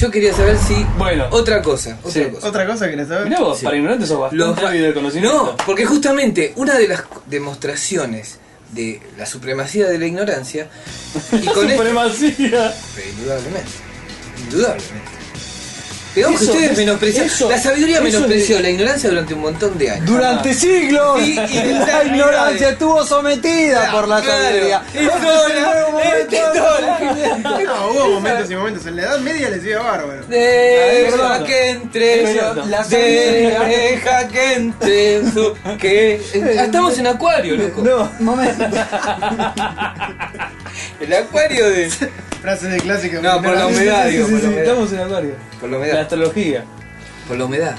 yo quería saber si... Bueno. Otra cosa. ¿Otra cosa querés saber? Mirá vos, Sí. para ignorantes sos bastante ávido de conocimiento. No, porque justamente una de las demostraciones de la supremacía de la ignorancia y con esto, Supremacía. indudablemente. Digamos que Eso, ustedes es- menospreciaron, eso- la sabiduría eso menospreció la ignorancia durante un montón de años. Durante siglos Y la ignorancia estuvo sometida por la sabiduría. No, hubo momentos y momentos. En la Edad Media les iba bárbaro. Deja que entre, La sabiduría. deja que entre, estamos en Acuario, loco. No, momento. El Acuario de... Frases de clásica. No, por la humedad, digo, por la humedad. Estamos en Acuario. Por la La humedad. astrología. Por la humedad.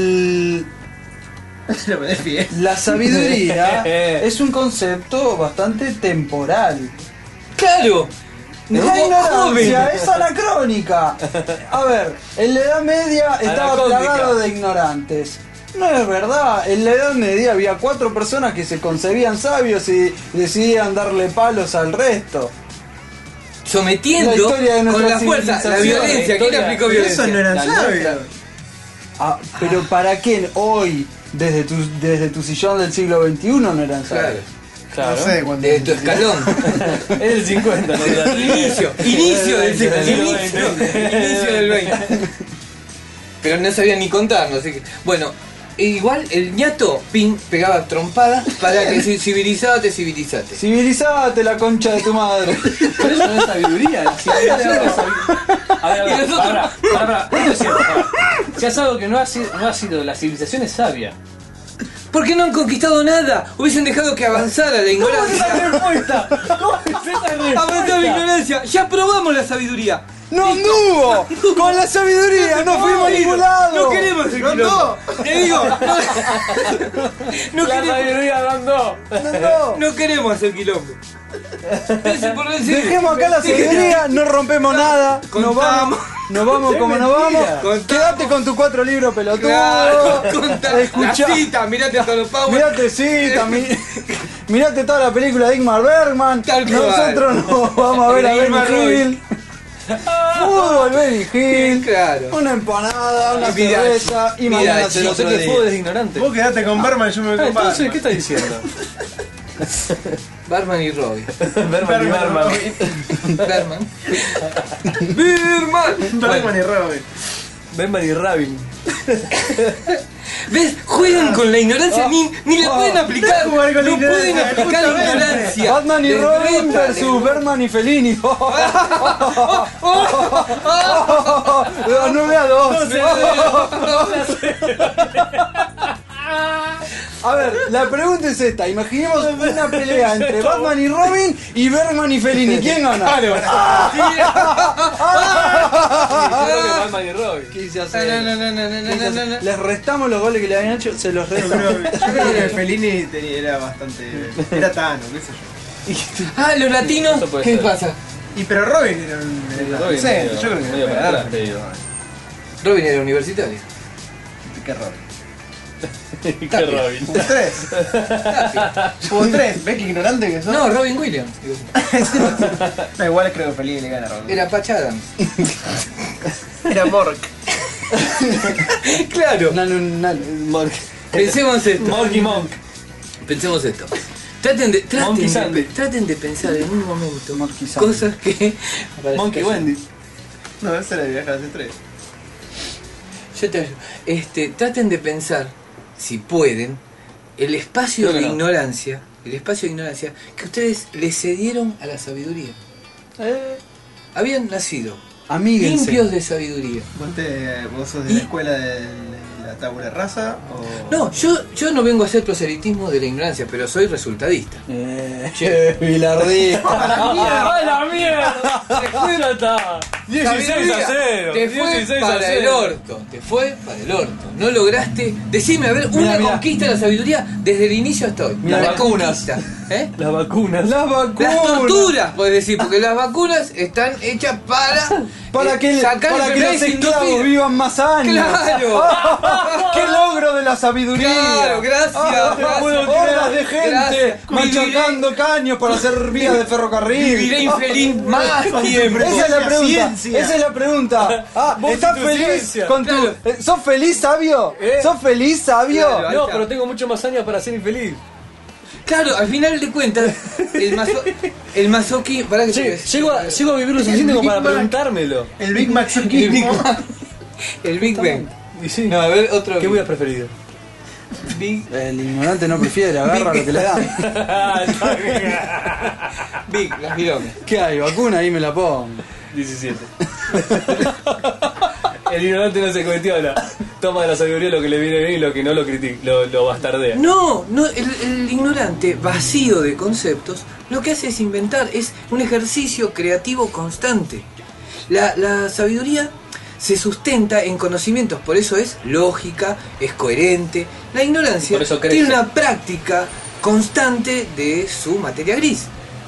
Lo ponés bien. La sabiduría es un concepto bastante temporal. ¡Claro! La ignorancia es anacrónica. A ver, en la Edad Media estaba Anacrónica. plagado de ignorantes. No es verdad, en la Edad Media había 4 personas que se concebían sabios y decidían darle palos al resto. Sometiendo La historia de con nuestra la fuerza, la civilización. violencia. ¿Quién aplicó Pero violencia? esos no eran La sabios. Ah, pero ¿para qué hoy, desde tu sillón del siglo XXI, no eran Claro. sabios? Claro. No sé cuándo. De tu escalón. Es el 50, ¿no? Inicio del siglo, Del siglo inicio del 20. Pero no sabían ni contarnos, así que. Bueno, igual el ñato ping pegaba trompadas para que si civilizate. Civilizate la concha de tu madre. Pero eso no es sabiduría. Civilización no es sabiduría. A ver, Y nosotros- para. Esto es cierto. Pará. Si has algo que no ha sido, la civilización es sabia. Porque no han conquistado nada. Hubiesen dejado que avanzara la ignorancia. respuesta? ¿Cómo es esa Avanzó la ignorancia. Ya probamos la sabiduría. ¡No anduvo! Con la sabiduría no fuimos a ningún lado. No queremos el quilombo. Te digo, no La queremos. sabiduría andó. No queremos hacer quilombo. Dejemos acá la sabiduría, no rompemos nada. Nos vamos como nos vamos. Contamos. Quédate con tus 4 libros, pelotudo. Claro, conta Escuchá. la cita, mirate a los Power. Mirate cita, mirate toda la película de Ingmar Bergman. Tal cual. Nosotros nos vamos a ver a Ingmar Benny Hill. Fútbol, Benny Hill. Claro. Una empanada, una Mira, cerveza y mira, mañana chico, será No sé otro qué día. fútbol es ignorante. Vos quedate con Berman y yo me voy con Entonces, Berman. ¿qué estás diciendo? Barman y Robbie. Berman y Berman. Berman. Berman. Berman y Robin. Berman y Rabin. ¿Ves? Juegan con la ignorancia, ni la pueden aplicar. No jugar con la pueden ignorancia, aplicar la justamente. ignorancia. Batman y Les Robin brota, versus Berman y Fellini. No me a dos. A ver, la pregunta es esta. Imaginemos una pelea entre Batman y Robin y Berman y Fellini. ¿Quién gana? Berman y Robin. Quise hacer. No. Les restamos los goles que le habían hecho, se los Yo restamos. creo que Fellini era bastante. Era Tano, qué sé yo. Ah, los latinos. Eso puede ¿Qué ser. pasa? Y pero Robin era un. Robin Sí, medio- yo creo que medio era para atrás, te digo. Robin era universitario. ¿Qué Robin? ¿Qué Robin? Hubo 3. Hubo 3. ¿Ves qué ignorante que sos? No, Robin Williams. No, igual creo que Fellini le gana a Robin. Era Patch Adams. Era Mork. Claro. Mark. Pensemos esto. Monkey Monk. Pensemos esto. Traten Monkey Sandy. traten de pensar en un momento Monkey Sandy. cosas que. Monkey Wendy. No, ese era de Viaje a las Estrellas. Yo te ayudo. Traten de pensar, si pueden, el espacio Creo que de no. ignorancia, que ustedes le cedieron a la sabiduría. Habían nacido Amíguense. limpios de sabiduría. ¿Vos sos de la escuela de la tabula rasa? O... No, yo no vengo a hacer proselitismo de la ignorancia, pero soy resultadista. Bilardista. ¡A la mierda! Ya está. 16-0. Te fue 16 a para el 0. orto, te fue para el orto. No lograste, decime, a ver, una Mirá. conquista de la sabiduría desde el inicio hasta hoy. Mirá, Una vacunas. conquista. Las vacunas. Las vacunas. Las torturas, puedes decir, porque las vacunas están hechas para que sacar los enfermedades esclavos inducidas. vivan más años. ¡Claro! ¡Qué logro de la sabiduría! Claro, gracias. No puedo hordas de gente Gracias. machacando caños para hacer vías de ferrocarril. Viviré infeliz más tiempo. Esa es la pregunta. Ciencia. Esa es la pregunta. Vos ¿Estás y tu feliz ciencia. con tu? Claro. ¿Sos feliz, sabio? ¿Eh? ¿Sos feliz, sabio? Claro. Ahí No, está. pero tengo muchos más años para ser infeliz. Claro, al final de cuentas, el masoquismo. Pará que te- Llego a vivir lo suficiente como para preguntármelo. El Big Mac el Big Bang. El Big Bang. Y sí. No, a ver, otro. ¿Qué hubieras preferido? Big, El ignorante no prefiere, agarra lo que le dan. Big, las viromes. ¿Qué hay? Vacuna, ahí me la pongo. 17. El ignorante no se cuestiona. Toma de la sabiduría lo que le viene bien y lo que no lo critica, lo bastardea. No, el ignorante vacío de conceptos lo que hace es inventar, es un ejercicio creativo constante. La sabiduría se sustenta en conocimientos, por eso es lógica, es coherente. La ignorancia Por eso crece. tiene una práctica constante de su materia gris.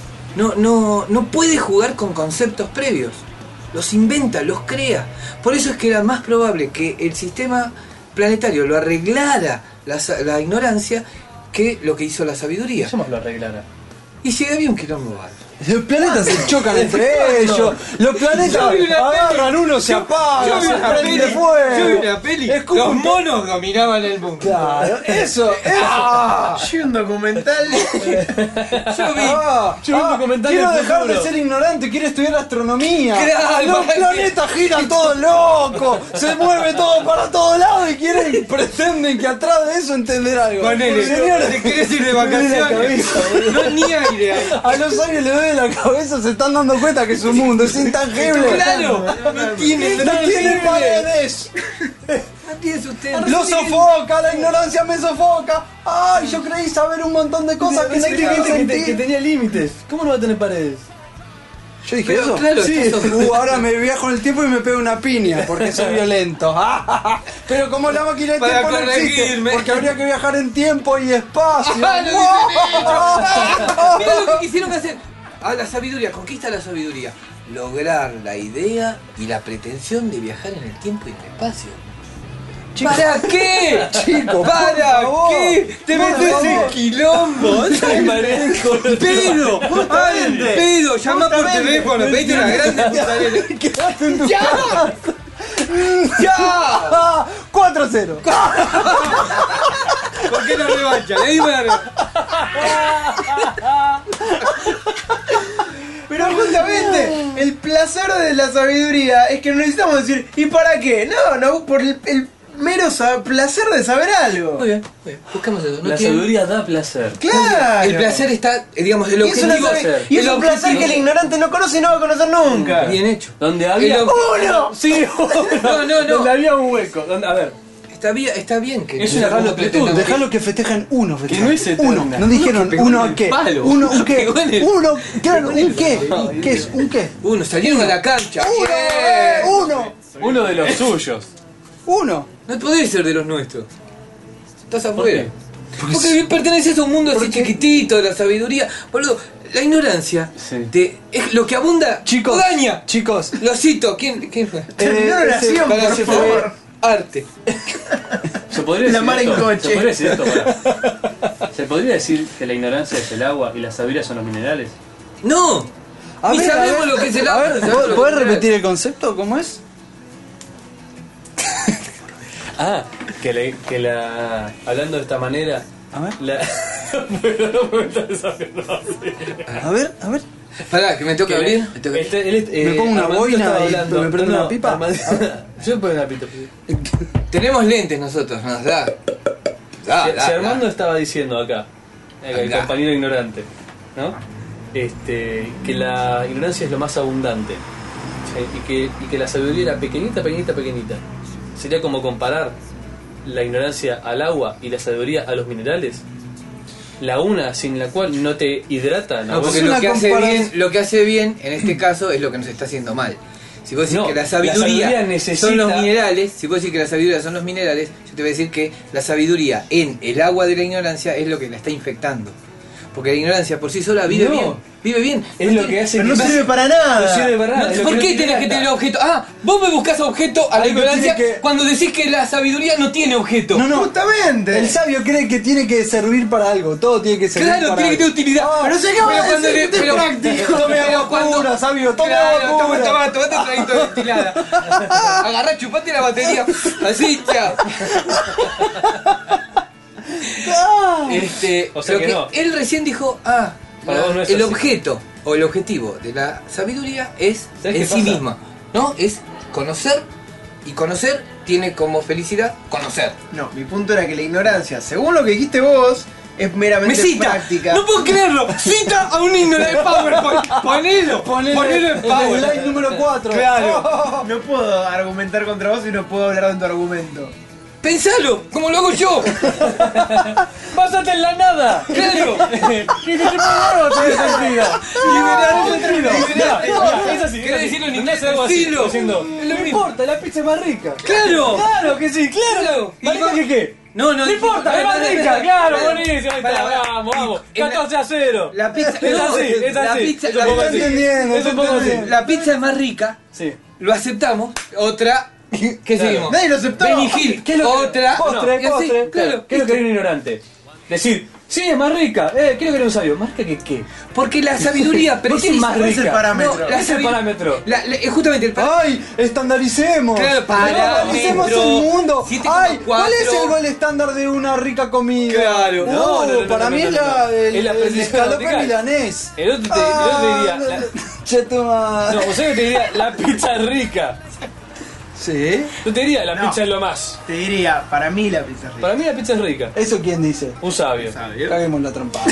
No puede jugar con conceptos previos. Los inventa, los crea. Por eso es que era más probable que el sistema planetario lo arreglara la ignorancia que lo que hizo la sabiduría. Eso más lo arreglara. Y si había un quilombo bárbaro. Los planetas se chocan entre ellos. Los planetas Yo vi una agarran, uno se apaga, Yo vi se una prende peli, fuego. yo vi una peli. Escupe Los un- monos dominaban el mundo. Claro, eso. Yo vi un documental. Yo vi un documental quiero del dejar futuro. de ser ignorante, quiero estudiar astronomía. Claro, Los ¿para qué? planetas giran todos locos, se mueve todo para todos lados y pretenden que atrás de eso entender algo. Ponele, Señores, te querés ir de me duele la vacaciones. cabeza, No ni aire hay. a los años le duele la cabeza, se están dando cuenta que su mundo es intangible. Claro, no tiene paredes. No tiene sustento. Lo sofoca, la ignorancia me sofoca. Ay, yo creí saber un montón de cosas que no tienen que sentido. tenía límites. ¿Cómo no va a tener paredes? Yo dije Pero eso. claro, sí. está Ahora me viajo en el tiempo y me pego una piña porque soy violento. Pero como la máquina del Para tiempo no existe, corregirme. porque habría que viajar en tiempo y espacio. Ah, lo dice Nacho. Mira lo que quisieron hacer. La sabiduría, conquista la sabiduría. Lograr la idea y la pretensión de viajar en el tiempo y en el espacio. ¿Para qué? Chicos, ¿Para por favor, qué? Te por metes en favor. quilombo. Pedo, pedo, llama por teléfono, pedite una grande putarela. Quedate en tu ¡Ya! ¡Ya! 4-0. ¿Por qué no revancha? Le dimos la revancha. Pero justamente el placer de la sabiduría es que no necesitamos decir ¿y para qué? No, por el mero placer de saber algo. Muy bien, buscamos eso. La sabiduría da placer. Claro. El placer está, digamos, el Y es, objetivo. y es el un placer objetivo- que el ignorante no conoce y no va a conocer nunca. Bien hecho. Donde había El ¡Uno! Sí, No, no. Donde había un hueco. A ver, Está bien que Es no una sepamos amplitud, pretendamos- Dejalo que festejen uno, festejan. no es eterna. uno. No dijeron pegó uno en a el qué. palo. Uno, un qué. Pegó en el- Uno, claro, un qué. ¿Qué es? ¿Un qué? Uno, salieron a la cancha. Uno, Bien. uno, uno de los suyos. uno. No podés ser de los nuestros. Estás afuera. qué? Porque perteneces a un mundo así chiquitito, de la sabiduría. Boludo, la ignorancia Sí. es lo que abunda. Chicos, daña. chicos. Lo cito. ¿Quién fue? Terminó la ese- oración, Para por se favor. fue arte. ¿Se podría La decir mar en esto? coche. ¿Se podría decir esto? Pará. ¿Se podría decir que la ignorancia es el agua y la sabiduría son los minerales? No. Ni sabemos lo que es el A agua, ver, ni sabemos lo que ¿podés es el repetir el concepto? ¿Cómo es? Hablando de esta manera. A ver. Bueno, no me está desafiando así. A ver, a ver. Pará, que me toca abrir. Me toca- Me pongo una Armandito boina estaba y hablando. me prendo una pipa. Yo me pongo una pipa. Tenemos lentes nosotros, nos da. Si Armando estaba diciendo acá, el Acá. compañero ignorante, ¿no? Que la ignorancia es lo más abundante, ¿sí? y que la sabiduría era pequeñita. Sería como comparar la ignorancia al agua y la sabiduría a los minerales. La una sin la cual no te hidratan. No, porque Es una lo que hace bien en este caso es lo que nos está haciendo mal. Si vos decís No, que la la sabiduría, sabiduría necesita- son los minerales, si vos decís que la sabiduría son los minerales, yo te voy a decir que la sabiduría en el agua de la ignorancia es lo que la está infectando. Porque la ignorancia por sí sola vive No. bien. Vive bien. Es lo que hace Pero no que sirve para nada. No sirve para nada. No, es lo ¿por que qué no tenés que tiene tener objeto? Ah, vos me buscás objeto a la Algo ignorancia tiene que- cuando decís que la sabiduría no tiene objeto. No, no. Justamente. El sabio cree que tiene que servir para algo. Todo tiene que servir Claro, para tiene que tener algo. utilidad. pero se acaba de cuando decir le- que es pero- práctico. Tome pero agua cuando- pura, sabio. Tome Claro, agua toma pura. un traguito de destilada. Agarrá, chupate la batería. Así, chao. O sea lo que no. Él recién dijo, Para vos no es el así. objeto o el objetivo de la sabiduría es ¿Sabés en qué sí pasa? misma, ¿no? Es conocer, y conocer tiene como felicidad conocer. No, mi punto era que la ignorancia, según lo que dijiste vos, es Me meramente cita, práctica. no puedo creerlo, cita a un ignorante de PowerPoint, ponelo en El PowerPoint. slide número 4. Claro, no puedo argumentar contra vos y no puedo hablar de tu argumento. Pensalo, como lo hago yo. ¡Básate en la nada! Claro. ¿Qué te no tiene sentido? Es así. ¿Querés decirlo en inglés? Algo así, Decilo. diciendo, Es lo No mismo. importa, la pizza es más rica. Claro. Claro que sí, claro. Y ¿Más rica va- que qué? No No importa, es más rica, claro, buenísimo, ahí está, vamos, vamos, 14-0. La pizza, Es así, es la así. pizza, Es un poco así. entendiendo, Es un poco así. la pizza es más rica, Sí. lo aceptamos. Otra, ¿qué Claro. seguimos? Nadie lo aceptó. Benny Hill, ¿Qué es lo que- otra, Postre, y así, postre. claro. ¿Qué es lo que es un ignorante? Decir, sí, es más rica. ¿Qué es lo que era un sabio? ¿Más rica que qué? Porque la sabiduría ¿Por qué precisa. es más ¿Cuál es el rica? parámetro? No, ¿Cuál es el sabi- parámetro? Es justamente el parámetro. ¡Ay! ¡Estandaricemos! Claro, ¡Estandaricemos parámetro. el mundo! 7,4. ¡Ay! ¿Cuál es el gol estándar de una rica comida? Claro. No, Para mí es no. el El aprendizaje escalope vertical. milanés. El otro te diría, Chetumar. no, o sea que te diría, la pizza es rica. ¿Sí? Yo te diría, la No. pizza es lo más. Te diría, para mí la pizza es rica. Para mí la pizza es rica. ¿Eso quién dice? Un sabio. Caguemos la trompada.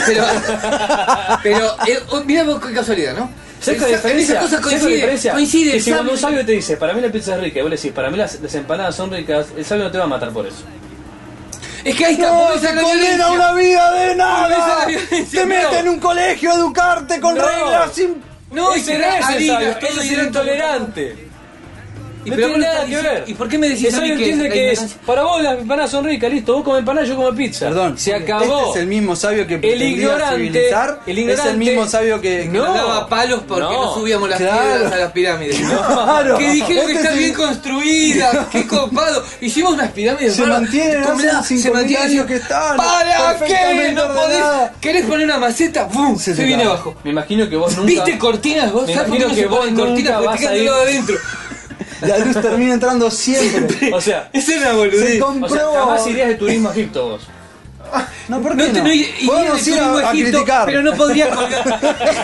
Pero mirá vos qué casualidad, ¿no? ¿Sabes la diferencia? Esas cosas ¿Sabes la coinciden. diferencia? Coinciden. Que si cuando un ¿sabes? sabio te dice, para mí la pizza es rica, y vos le decís, para mí las empanadas son ricas, el sabio no te va a matar por eso. Es que ahí está, No, vos ves te la condena violencia. una vida de Esa nada. es la violencia, Te meten en un colegio a educarte con No. reglas sin... No, ese no será es el harina, sabio, todo ese es el directo. intolerante. ¿Y No pero tiene vos nada estás que diciendo- ver. ¿Y por qué me decís El a mí sabio que entiende la que es, ignorancia? para vos las empanadas son ricas, listo, vos comes empanadas, yo como pizza. Perdón, se acabó. Este es el mismo sabio que pretendía ignorante- civilizar. el Es ignorante- el mismo sabio que... No. Nos daba palos porque no, No. subíamos las Claro. piedras a las pirámides. Claro. Que dijeron que Este está es bien el- construida, qué copado. Hicimos unas pirámides. Se bárbaras. mantienen ¿Cómo hace la- 5.000 años que están ¿Para qué? perfectamente No podés. ordenadas. ¿Querés poner una maceta? ¡Bum! Se Se te viene cae. abajo. Me imagino que vos nunca... ¿Viste cortinas vos? Me ¿Sabes por qué imagino no que se vos ponen cortinas? nunca Porque te vas a quedan ir- de lado adentro. La luz termina entrando siempre. O sea, Esa es una Se boludez. compró... o sea, jamás irías de turismo a Egipto vos. No, ¿por No, qué no? iría Podemos de ir turismo a Egipto, criticar. pero no podría colgar.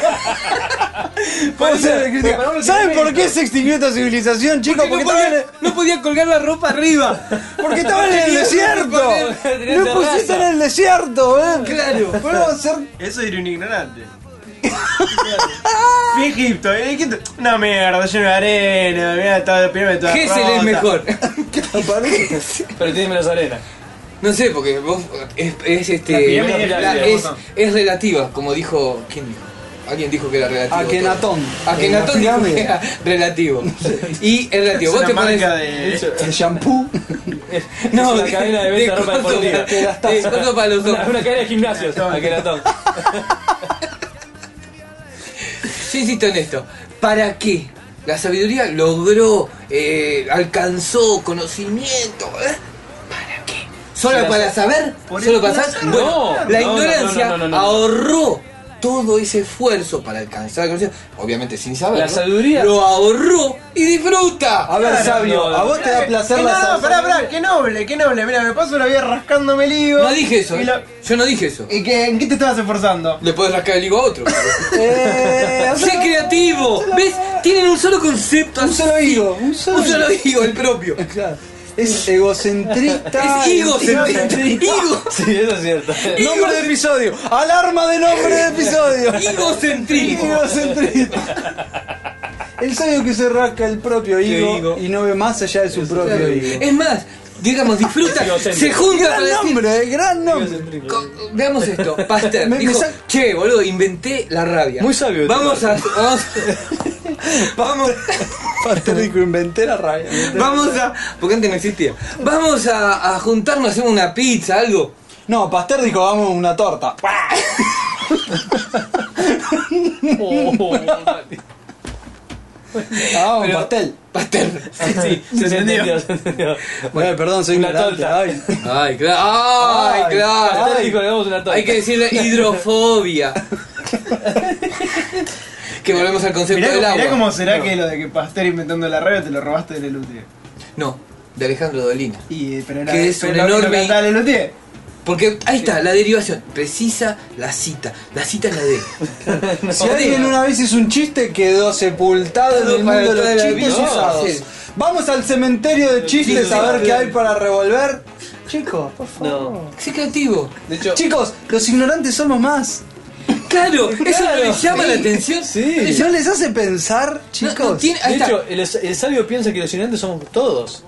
Podemos ir a criticar. pero para vos no ¿Saben tiene por qué se extinguió esta civilización, chicos? Porque Porque no podía colgar la ropa arriba. porque estaban en el desierto. Tenían Lo pusiste terraza. en el desierto, Claro. Podemos hacer... Eso era un ignorante. Fui a Egipto, una mierda, lleno de arena, mirá, toda la pirámide toda Gesell es rota. mejor. Pero tiene menos arena. No sé, porque vos es La pirámide es relativa, como dijo. ¿Quién dijo? Alguien dijo que era relativo. Akenatón. Akenatón La dijo que pirámide. era relativo. Y es relativo. Es Vos te una pones. marca de... El shampoo. No, es una cadena de venta de ropa coso deportiva. para- de coso para los ojos. Una cadena de gimnasios. Aqueratón. Yo insisto en esto. ¿Para qué? La sabiduría logró, alcanzó conocimiento. ¿Para qué? ¿Solo La- para saber? Por ¿Solo el para saber? placer. Bueno, No, la no, no, ignorancia no, no, no, no. ahorró todo ese esfuerzo para alcanzar la conocimiento. Obviamente sin saber. La sabiduría- Lo ahorró y disfruta. A ver, Claro, sabio, no, ¿a vos te da placer Que la no, salsa? pará, qué noble, qué noble. Mira, me paso la vida rascándome el higo. No dije eso, Y la- Yo no dije eso. ¿Y en qué te estabas esforzando? Le puedes rascar el higo a otro. O sea, ¡Sé creativo! ¿Ves? Tienen un solo concepto. Un solo higo, un Un solo higo, el propio. Claro. Es egocentrista. Es egocentrista. Higo. Sí, eso es cierto. Nombre de episodio. Alarma de nombre de episodio. Egocentrismo. Egocentrista. El sabio que se rasca el propio higo, higo. y no ve más allá de su propio higo. Es más, digamos, disfruta, Egocéntrico. se junta para Gran decir. nombre, gran nombre. Veamos esto, Pasteur Me dijo, sa- che, boludo, inventé la rabia. Muy sabio. Vamos Pastor dijo, inventé la rabia. vamos a, porque antes no existía. Vamos a juntarnos, hacemos una pizza, algo. No, Pasteur dijo, vamos a una torta. Ah, un Pero- pastel. Pastel. Sí, se entendió, se entendió. Perdón, soy Una ignorante. torta. Ay. Ay, claro. Ay, Ay, claro. Pastel dijo, le damos una torta. Hay que decirle hidrofobia. Que volvemos al concepto del Mirá agua. cómo será que lo de que Pasteur inventando la radio te lo robaste de Lelutier. No, de Alejandro Dolina. Pero era Que es pero un lo que enorme- cantaba Lelutier. Porque ahí está, la derivación. Precisa la cita. La cita es la D. Si alguien una vez hizo un chiste, quedó sepultado en el Para mundo de toda los la chistes vida. usados. Sí. Vamos al cementerio de chistes a ver qué hay para revolver. Chicos, por favor. No. Sé creativo. De hecho, Chicos, los ignorantes somos más. Claro, eso no les llama la atención. Sí. ¿No les hace pensar, chicos? No tiene- ahí de está. hecho el sabio piensa que los ignorantes somos todos.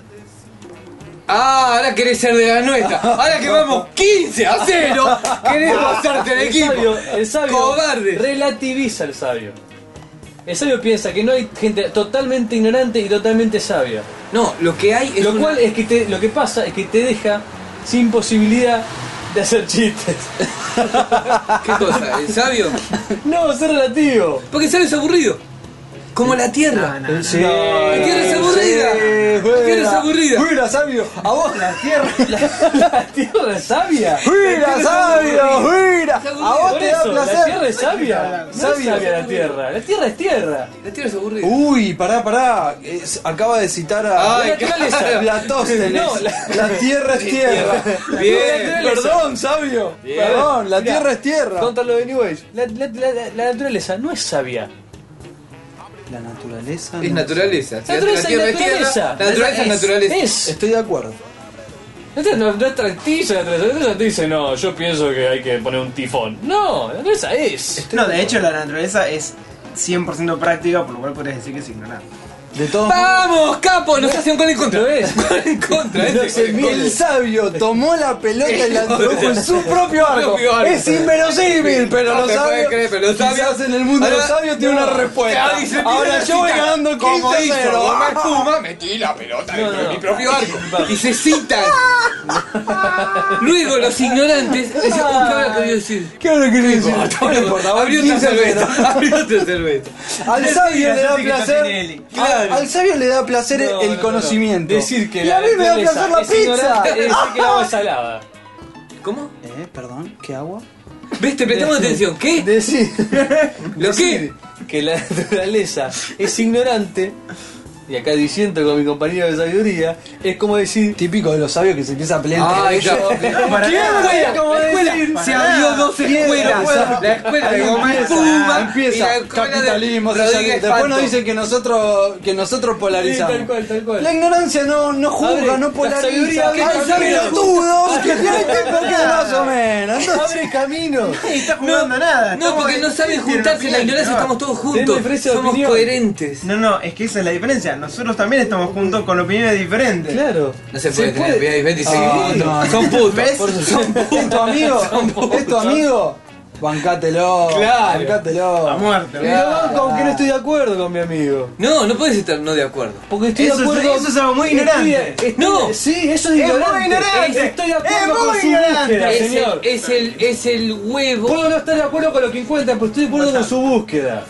Ah, ahora querés ser de la nuestra. Ahora que vamos 15-0, queremos hacerte el equipo. El sabio Cobarde. relativiza el sabio. El sabio piensa que no hay gente totalmente ignorante y totalmente sabia. No, lo que hay es Lo una- cual es que lo que pasa es que te deja sin posibilidad de hacer chistes. ¿Qué cosa? ¿El sabio? No, ser relativo. Porque el sabio es aburrido. Como la tierra. Sí. La tierra es aburrida. La tierra es aburrida. Fuera, sabio. A vos. La tierra. La tierra es sabia. Fuera, sabio. Fuera. A vos Por te da eso, la placer. tierra es sabia. No es sabia la tierra. La tierra es tierra. La tierra es aburrida. Uy, pará. Acaba de citar a Ay, claro. Platóstenes. No, la tierra es tierra. Bien. Perdón, sabio. Bien. Perdón, la Mirá, tierra es tierra. Contra lo de New Age. La naturaleza no es sabia. La naturaleza. Es no- naturaleza. Si Naturaleza la tierra es naturaleza. La naturaleza es naturaleza. Es. Estoy de acuerdo. No es tranquila la naturaleza. La te dice, no, yo pienso que hay que poner un tifón. No, la naturaleza es. No, de hecho la naturaleza es 100% práctica, por lo cual podrías decir que es ignorante. De todos ¡Vamos, capo! Nos hacen con el contra. Lo es. Con el contra, No ese sé, con el El contra. sabio tomó la pelota y la introdujo en su propio arco. propio arco. Es inverosímil, pero No los se puede sabios. creer, pero los quizás sabios- en el mundo de los Ahora- sabios tiene no. una respuesta. Ahí se tira Ahora la yo voy cita. ganando Como hizo 15-0. Goma Espuma, metí la pelota dentro de no. mi propio arco. Y se citan. Luego los ignorantes decían, ¿qué habrá querido decir? ¿Qué ahora querés decir? No importa, abrió otra 15-0. cerveza. Abrió otra cerveza. Al sabio le da Hacete que placer. Tinelli. Claro. Al sabio le da placer No, el no, no. conocimiento. Decir que y la a mí me da naturaleza placer la es pizza. ignorante es decir que el agua es salada. ¿Cómo? Perdón, ¿qué agua? ¿Ves? Te prestamos atención. ¿Qué? Decir, ¿Lo decir qué? que la naturaleza es ignorante, y acá diciendo con mi compañero de sabiduría, es como decir. Típico de los sabios que se empieza a pelear Ay, entre ellos. ya. Para ¿Qué nada. escuela? ¿Cómo La escuela. decir? Se Para abrió nada. dos escuelas. La escuela de Goma Espuma y Empieza la escuela de capitalismo, Rodríguez socialismo. Después nos Falto. dicen que nosotros polarizamos. Sí, tal cual. La ignorancia no juzga, Abre, no la polariza. sabiduría abre Hay camino. pelotudos que tienen tiempo que más o menos. Entonces, Abre camino. Nadie está jugando nada. No, porque no saben juntarse en la ignorancia, estamos todos Tienen juntos. diferencia de Somos opinión. coherentes. No, es que esa es la diferencia. Nosotros también estamos juntos con opiniones diferentes. Claro. No se puede tener opiniones diferentes y Ah, seguir juntos. no, Son putos. ¿Ves? ¿es tu amigo? ¿Es tu amigo? Bancátelo. Claro. Bancátelo. A muerte. Y lo banco aunque no estoy de acuerdo con mi amigo. No, no puedes estar no de acuerdo. Porque estoy Eso de es- acuerdo. eso es algo muy ignorante. No. Sí, eso es Es ignorante. muy ignorante. Estoy de Es acuerdo muy con su ignorante. búsqueda, señor. Es el huevo. Puedo no estar de acuerdo con lo que encuentra, pero estoy de acuerdo con su búsqueda.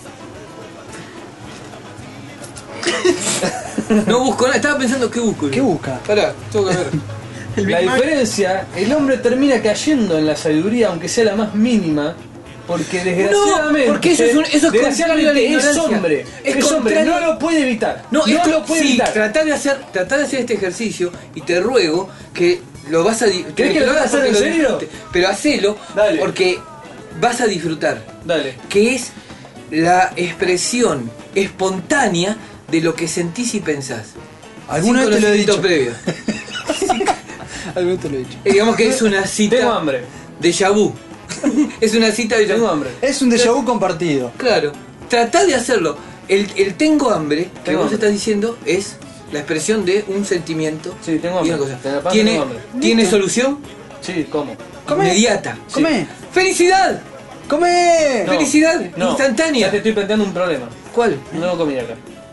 No busco nada. Estaba pensando, ¿qué busco? ¿Qué busca? Pará, tengo que ver. La diferencia, el hombre termina cayendo en la sabiduría, aunque sea la más mínima, porque desgraciadamente, porque eso es desgraciadamente contrario a la es ignorancia. hombre, Es es hombre, contrario- no lo puede evitar, No, esto, lo puede sí, evitar. tratar de hacer este ejercicio y te ruego que lo vas a ¿Querés que lo haga hacer en serio? Pero hacelo Dale. porque vas a disfrutar, Dale. que es la expresión espontánea de lo que sentís y pensás. ¿Alguna Sin vez te lo he conocimiento dicho? previo. Alguna vez te lo he dicho. Digamos que es una cita Tengo hambre. déjà vu. Es una cita de déjà Tengo vu. hambre. Es un déjà vu compartido. Claro, tratá de hacerlo. El tengo hambre que Tengo vos hambre. estás diciendo es la expresión de un sentimiento Sí, tengo y una hambre. cosa. Tengo ¿Tiene, hambre. ¿Tiene solución? Sí, ¿cómo? Come. Inmediata. Come. ¡Felicidad! ¡Come! No. ¡Felicidad! No, Instantánea. ya te estoy planteando un problema. ¿Cuál? No comí acá.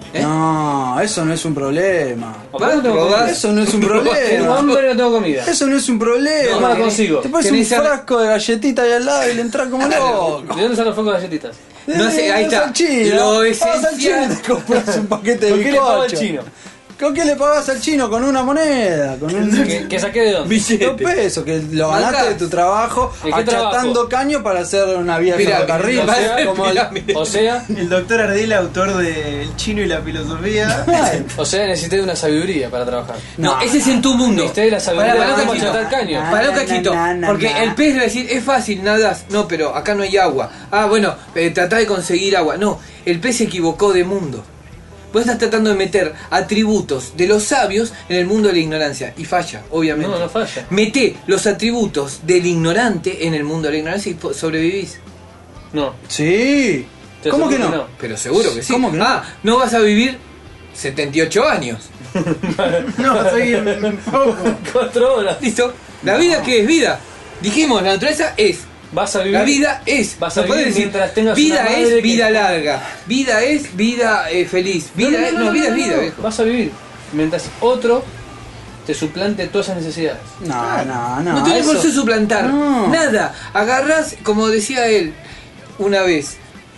No, eso no es un problema. Vas, probás. Eso no es un Tengo problema. hambre y no tengo comida. Eso no es un problema. No, no la consigo. Te pones un Tenés a- frasco de galletita ahí al lado y le entras como loco. ¿De dónde salen los focos de galletitas? No sé, ahí está. Vas al chino. Lo Vas al chino esencial. y te compras un paquete de ¿Con qué le pago al bizcocho. chino? ¿Con qué le pagas al chino? Con una moneda. Con un ¿Que saqué de dónde? 2 pesos que lo ganaste Marcás. de tu trabajo ¿En qué achatando trabajo? caño para hacer una vía de Pirámide, ferrocarril. va a ser Como el- pirámide. O sea, El doctor Ardila, autor de El Chino y la Filosofía. necesité de una sabiduría para trabajar. No, ese es en tu mundo. Necesité de la sabiduría Pará, de pará, cómo cachito. achatar caño. Pará un cachito, porque el pez le va a decir, es fácil, nadas. No, pero acá no hay agua. Ah, bueno, tratá de conseguir agua. No, el pez se equivocó de mundo. Vos estás tratando de meter atributos de los sabios en el mundo de la ignorancia. Y falla, obviamente. No, no falla. Meté los atributos del ignorante en el mundo de la ignorancia y sobrevivís. No. Sí. Te ¿Cómo que aseguro no? Pero seguro que sí. ¿Cómo que no? Ah, no vas a vivir 78 años. No, soy un poco. 4 horas. ¿Listo? ¿La vida qué es? Vida. Dijimos, la naturaleza es. Vas a vivir. La vida es. Vas a No podés vivir mientras tengas vida una madre es que- vida larga. Vida es vida feliz. Vida es. No, vida es vida, viejo. Vas a vivir mientras otro te suplante todas esas necesidades. No, no, no. No tenés por eso- qué suplantar. No. Nada. Agarrás, como decía él una vez.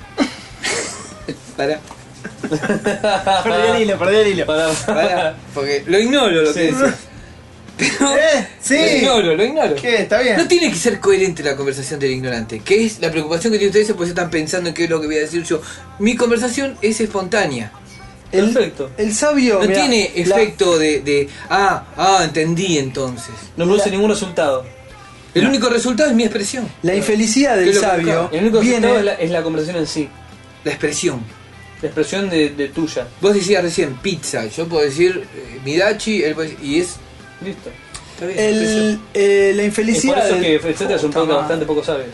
Pará, Perdí el hilo. pará. Porque lo ignoro lo que Sí. decía. Pero Sí. lo ignoro. ¿Qué? ¿Está bien? No tiene que ser coherente la conversación del ignorante, que es la preocupación que tienen ustedes, porque están pensando en qué es lo que voy a decir yo. Mi conversación es espontánea. Perfecto. El sabio. No mirá, tiene la- efecto de entendí entonces. No produce ningún resultado. El único resultado es mi expresión, La infelicidad ¿Qué del es lo que sabio buscaba? El único resultado viene. es la conversación en sí. la expresión. La expresión de tuya. Vos decías recién pizza, yo puedo decir midachi, él puede decir, y es. Listo. Está bien, expresión. La Es infelicidad. por eso del- que etcétera es un Puta podcast madre. bastante poco sabio.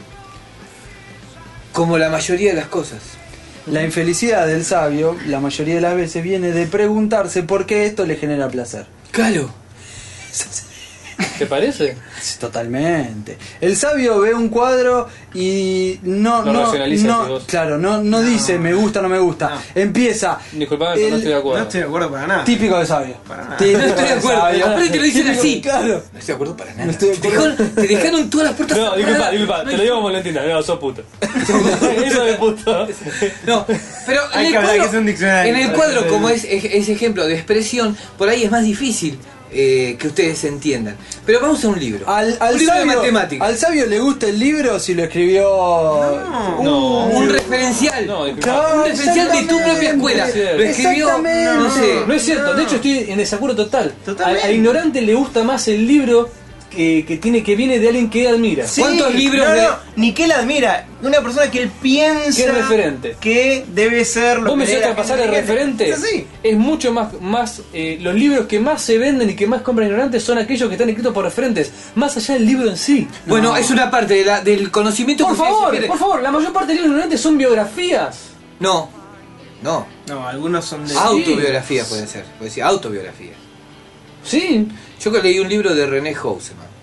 Como la mayoría de las cosas. La infelicidad del sabio, la mayoría de las veces, viene de preguntarse por qué esto le genera placer. Claro. ¿Te parece? Sí, totalmente. El sabio ve un cuadro y no, Lo racionaliza, decís no, vos. claro, no dice me gusta, no me gusta. No. Empieza. Disculpame, pero no estoy de acuerdo. No estoy de acuerdo para nada. Típico de sabio. Para nada. Típico No estoy de acuerdo. sabio. Aparte te lo dicen Típico- así. Claro. No estoy de acuerdo para nada. No estoy de acuerdo. Te dejaron todas las puertas No, cerradas. disculpa, te lo digo como lo entiendas. No, sos puto. Eso de puto. No, pero Hay en que el hablar cuadro, que es un diccionario. en el cuadro, como es ejemplo de expresión, por ahí es más difícil que ustedes entiendan. Pero vamos a un libro. Al un libro de sabio, matemáticas. al sabio le gusta el libro si lo escribió. No. Un referencial. No, disculpa. Claro, un referencial de tu propia escuela. Exactamente. Lo escribió, Exactamente. no sé. No es cierto, de hecho estoy en desacuerdo total. Totalmente. Al ignorante le gusta más el libro que viene de alguien que él admira. Sí, ¿Cuántos libros no, de- no, ni que él admira. Una persona que él piensa ¿Qué referente? que debe ser lo Vos me que lee llegaste la a pasar el gente referente. Es así. Es mucho más los libros que más se venden y que más compran ignorantes son aquellos que están escritos por referentes, más allá del libro en sí. Bueno, es una parte del conocimiento Por que ustedes se favor, pierden. por favor, la mayor parte de los libros ignorantes son biografías. No, no. No, algunos son de. Autobiografía puede ser. Puede decir autobiografía. Sí. Yo que leí un libro de René Haussmann.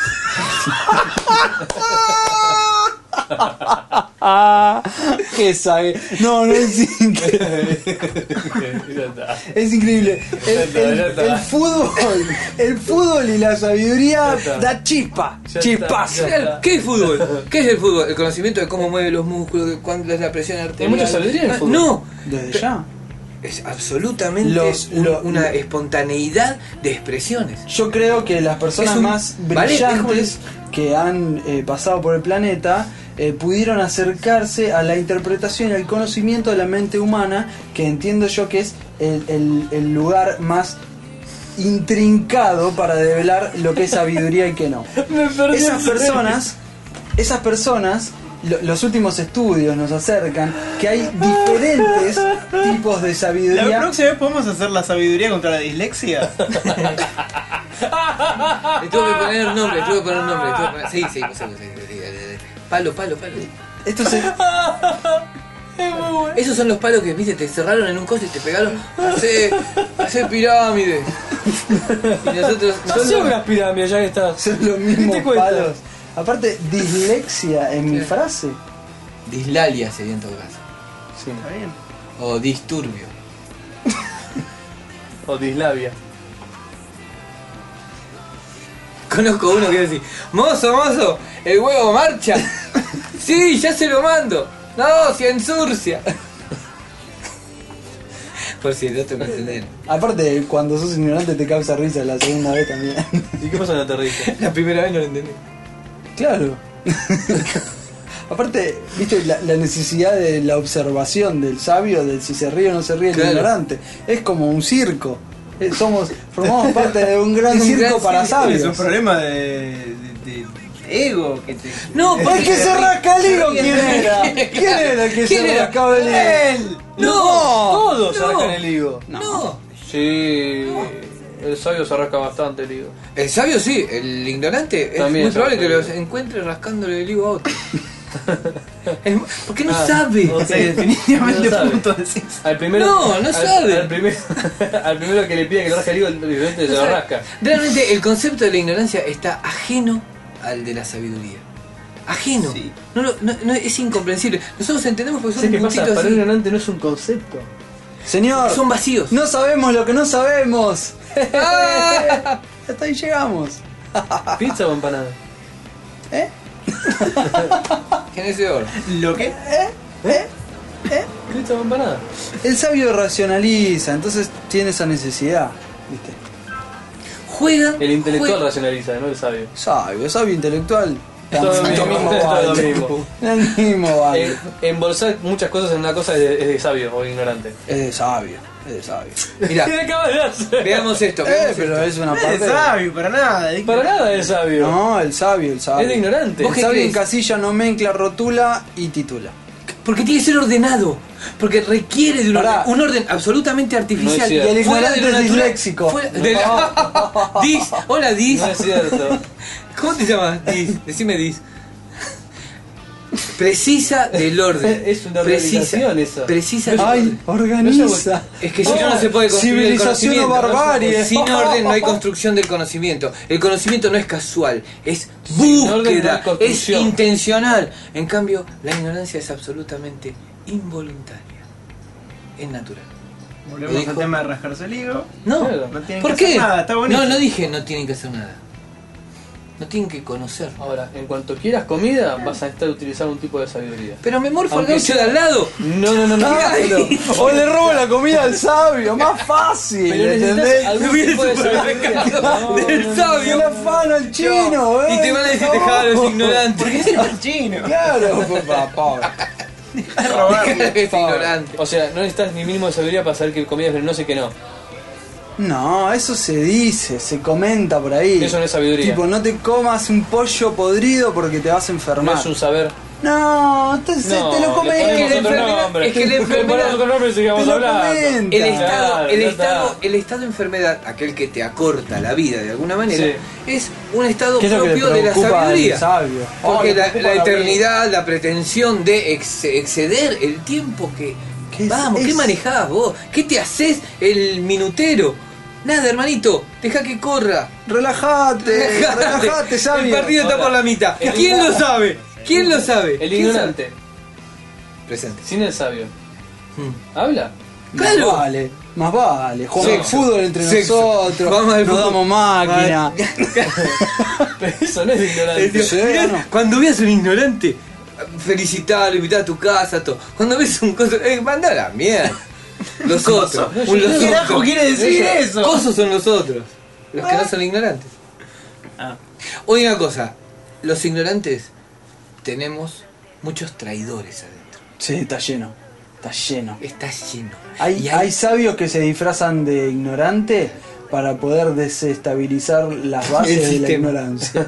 ¿Qué sabe? No, no es increíble. Ya está. Es increíble. Ya está. El fútbol y la sabiduría Ya está. da chispa. Ya Chispazo. está, ya. ¿Qué es fútbol? ¿Qué es el fútbol? El conocimiento de cómo mueve los músculos, de cuánto es la presión arterial. mucha sabiduría en el fútbol. No, Desde ya. es absolutamente una espontaneidad de expresiones. Yo creo que las personas Es un más ballet, brillantes que han pasado por el planeta pudieron acercarse a la interpretación y al conocimiento de la mente humana, que entiendo yo que es el lugar más intrincado para develar lo que es sabiduría y que no. Me perdí Esas personas, los últimos estudios nos acercan que hay diferentes tipos de La sabiduría. próxima vez podemos hacer la sabiduría contra la dislexia. Le tuve que poner un nombre, Sí, sí. Palo. Esto se, Esos son los palos que, viste, te cerraron en un coso y te pegaron. Hace pirámides. Y nosotros. No sé unas pirámides ya que estás. son los ¿Qué mismos te cuentas? palos. Aparte, dislexia en mi Sí. frase. Dislalia sería en todo caso. Sí. Está bien. O disturbio. O dislabia. Conozco uno que dice, mozo, el huevo marcha. Sí, ya se lo mando. No, se ensurcia. Por si no te lo entendés. Aparte, cuando sos ignorante te causa risa la segunda vez también. ¿Y qué pasa en la terrible? La primera vez no lo entendí. Claro. Aparte, viste la necesidad de la observación del sabio, del si se ríe o no se ríe el Claro. ignorante. Es como un circo. Formamos parte de un gran Un circo gran para circo. sabios. Es un problema de ego que te. No, ¡El que se rasca el higo! ¿Quién era? ¿Quién era el que ¿Quién se era? rascaba el higo? ¡Él! No, Todos se no. rascan el higo. No. Sí, el sabio se rasca bastante el higo. El sabio sí, el ignorante También es muy probable se que rasca los el higo. encuentre rascándole el higo a otro. Porque no Ah, sabe. no O sea, definitivamente No sabe. punto decís. Al primero, No sabe. Al primero que le pide que le rasque el higo, el diferente se No lo sabe. rasca. Realmente el concepto de la ignorancia está ajeno al de la sabiduría. Ajeno. Sí. No, es incomprensible. Nosotros entendemos porque son ¿Sabes qué pasa? puntitos Para un así. ignorante no es un concepto. Señor, Son vacíos. no sabemos lo que no sabemos. Ah. Hasta ahí llegamos. ¿Pizza o empanada? ¿Eh? En ese orden. ¿Lo que? ¿Pizza o empanada? El sabio racionaliza, entonces tiene esa necesidad. ¿Viste? Juegan. El intelectual juegan- racionaliza, no el sabio. Sabio intelectual. Todo lo mismo, todo lo vale. mismo. El mismo vale. Embolsar muchas cosas en una cosa es de sabio o ignorante. Es de sabio, es de sabio. Mirá, ¿Qué acabas de hacer? veamos esto. veamos Pero esto. es una No es parte. sabio, para nada. Para nada es sabio. No, el sabio. Es de ignorante. El ¿Vos qué sabio crees? encasilla, nomencla, rotula y titula. Porque tiene que ser ordenado. Porque requiere de Pará. un orden absolutamente artificial. No es Y cierto. el Fuera de ignorante lo es natural. disléxico. Fuera de la- Dis, hola Dis. No es cierto. ¿Cómo te llamas? Dis, decime Dis. Precisa del orden. Es una organización eso. Precisa del Ay, orden. organiza. Es que si no, no se puede construir el Civilización o conocimiento. barbarie. Sin orden no hay construcción del conocimiento. El conocimiento no es casual, es Sin orden no hay búsqueda, es construcción. intencional. En cambio, la ignorancia es absolutamente involuntaria. Es natural. Volvemos Lo al dijo. tema de rascarse el higo. No, Claro. No tienen ¿por que qué? hacer nada, está bonito. No dije no tienen que hacer nada. No tienen que conocer. Ahora, en cuanto quieras comida, vas a estar utilizando un tipo de sabiduría. Pero me morfo al Aunque gaucho sea- de al lado. No. Ay. O le robo la comida al sabio, más fácil, Pero ¿entendés? necesitas algún Subí el tipo de supermercado sabiduría. del sabio. Yo le afano al chino, Y te van a decir dejar a los ignorantes. Porque es el chino. Claro, pobre. Es ignorante. O sea, no necesitas ni mínimo de sabiduría para saber que comida es venenosa y que no. No, eso se dice, se comenta por ahí. Eso no es sabiduría. Tipo, no te comas un pollo podrido porque te vas a No enfermar. es un saber. No, entonces No, te lo comes. le ponemos Es que la otro enfermedad- nombre. es que la Le ponemos enfermedad- otro nombre y seguimos te lo hablando. comenta. El estado, Claro, el ya estado, está. el estado de enfermedad, aquel que te acorta la vida de alguna manera, Sí. es un estado ¿Qué es lo que le propio de la preocupa al sabiduría. sabio? Porque le la preocupa la la eternidad, la pretensión de exceder el tiempo que... ¿Qué es- Vamos, ¿qué es- manejás vos? ¿Qué te haces el minutero? Nada, hermanito, deja que corra. Relájate, relájate, sabio. El partido está Ahora, por la mitad. el- ¿Quién lo sabe? ¿Quién lo sabe? El ¿Quién ignorante, sabe? Presente. sin el sabio, Mm. ¿habla? Claro. Más vale. Jugamos Sexo. fútbol entre Sexo. nosotros. Jugamos al Nos fútbol. damos máquina. Pero eso no es de ignorante. Sí, Mirá, no. cuando veas un ignorante, felicitarlo, invitar a tu casa, todo. Cuando ves un coso, manda a la mierda. Los otros. ¿Qué carajo quiere decir eso? Cosos son los otros. Los que no son ignorantes. Ah. Oye, una cosa. Los ignorantes tenemos muchos traidores adentro. Sí, está lleno. Está lleno. Está lleno. Hay, Y hay sabios que se disfrazan de ignorante para poder desestabilizar las bases El de la sistema. ignorancia.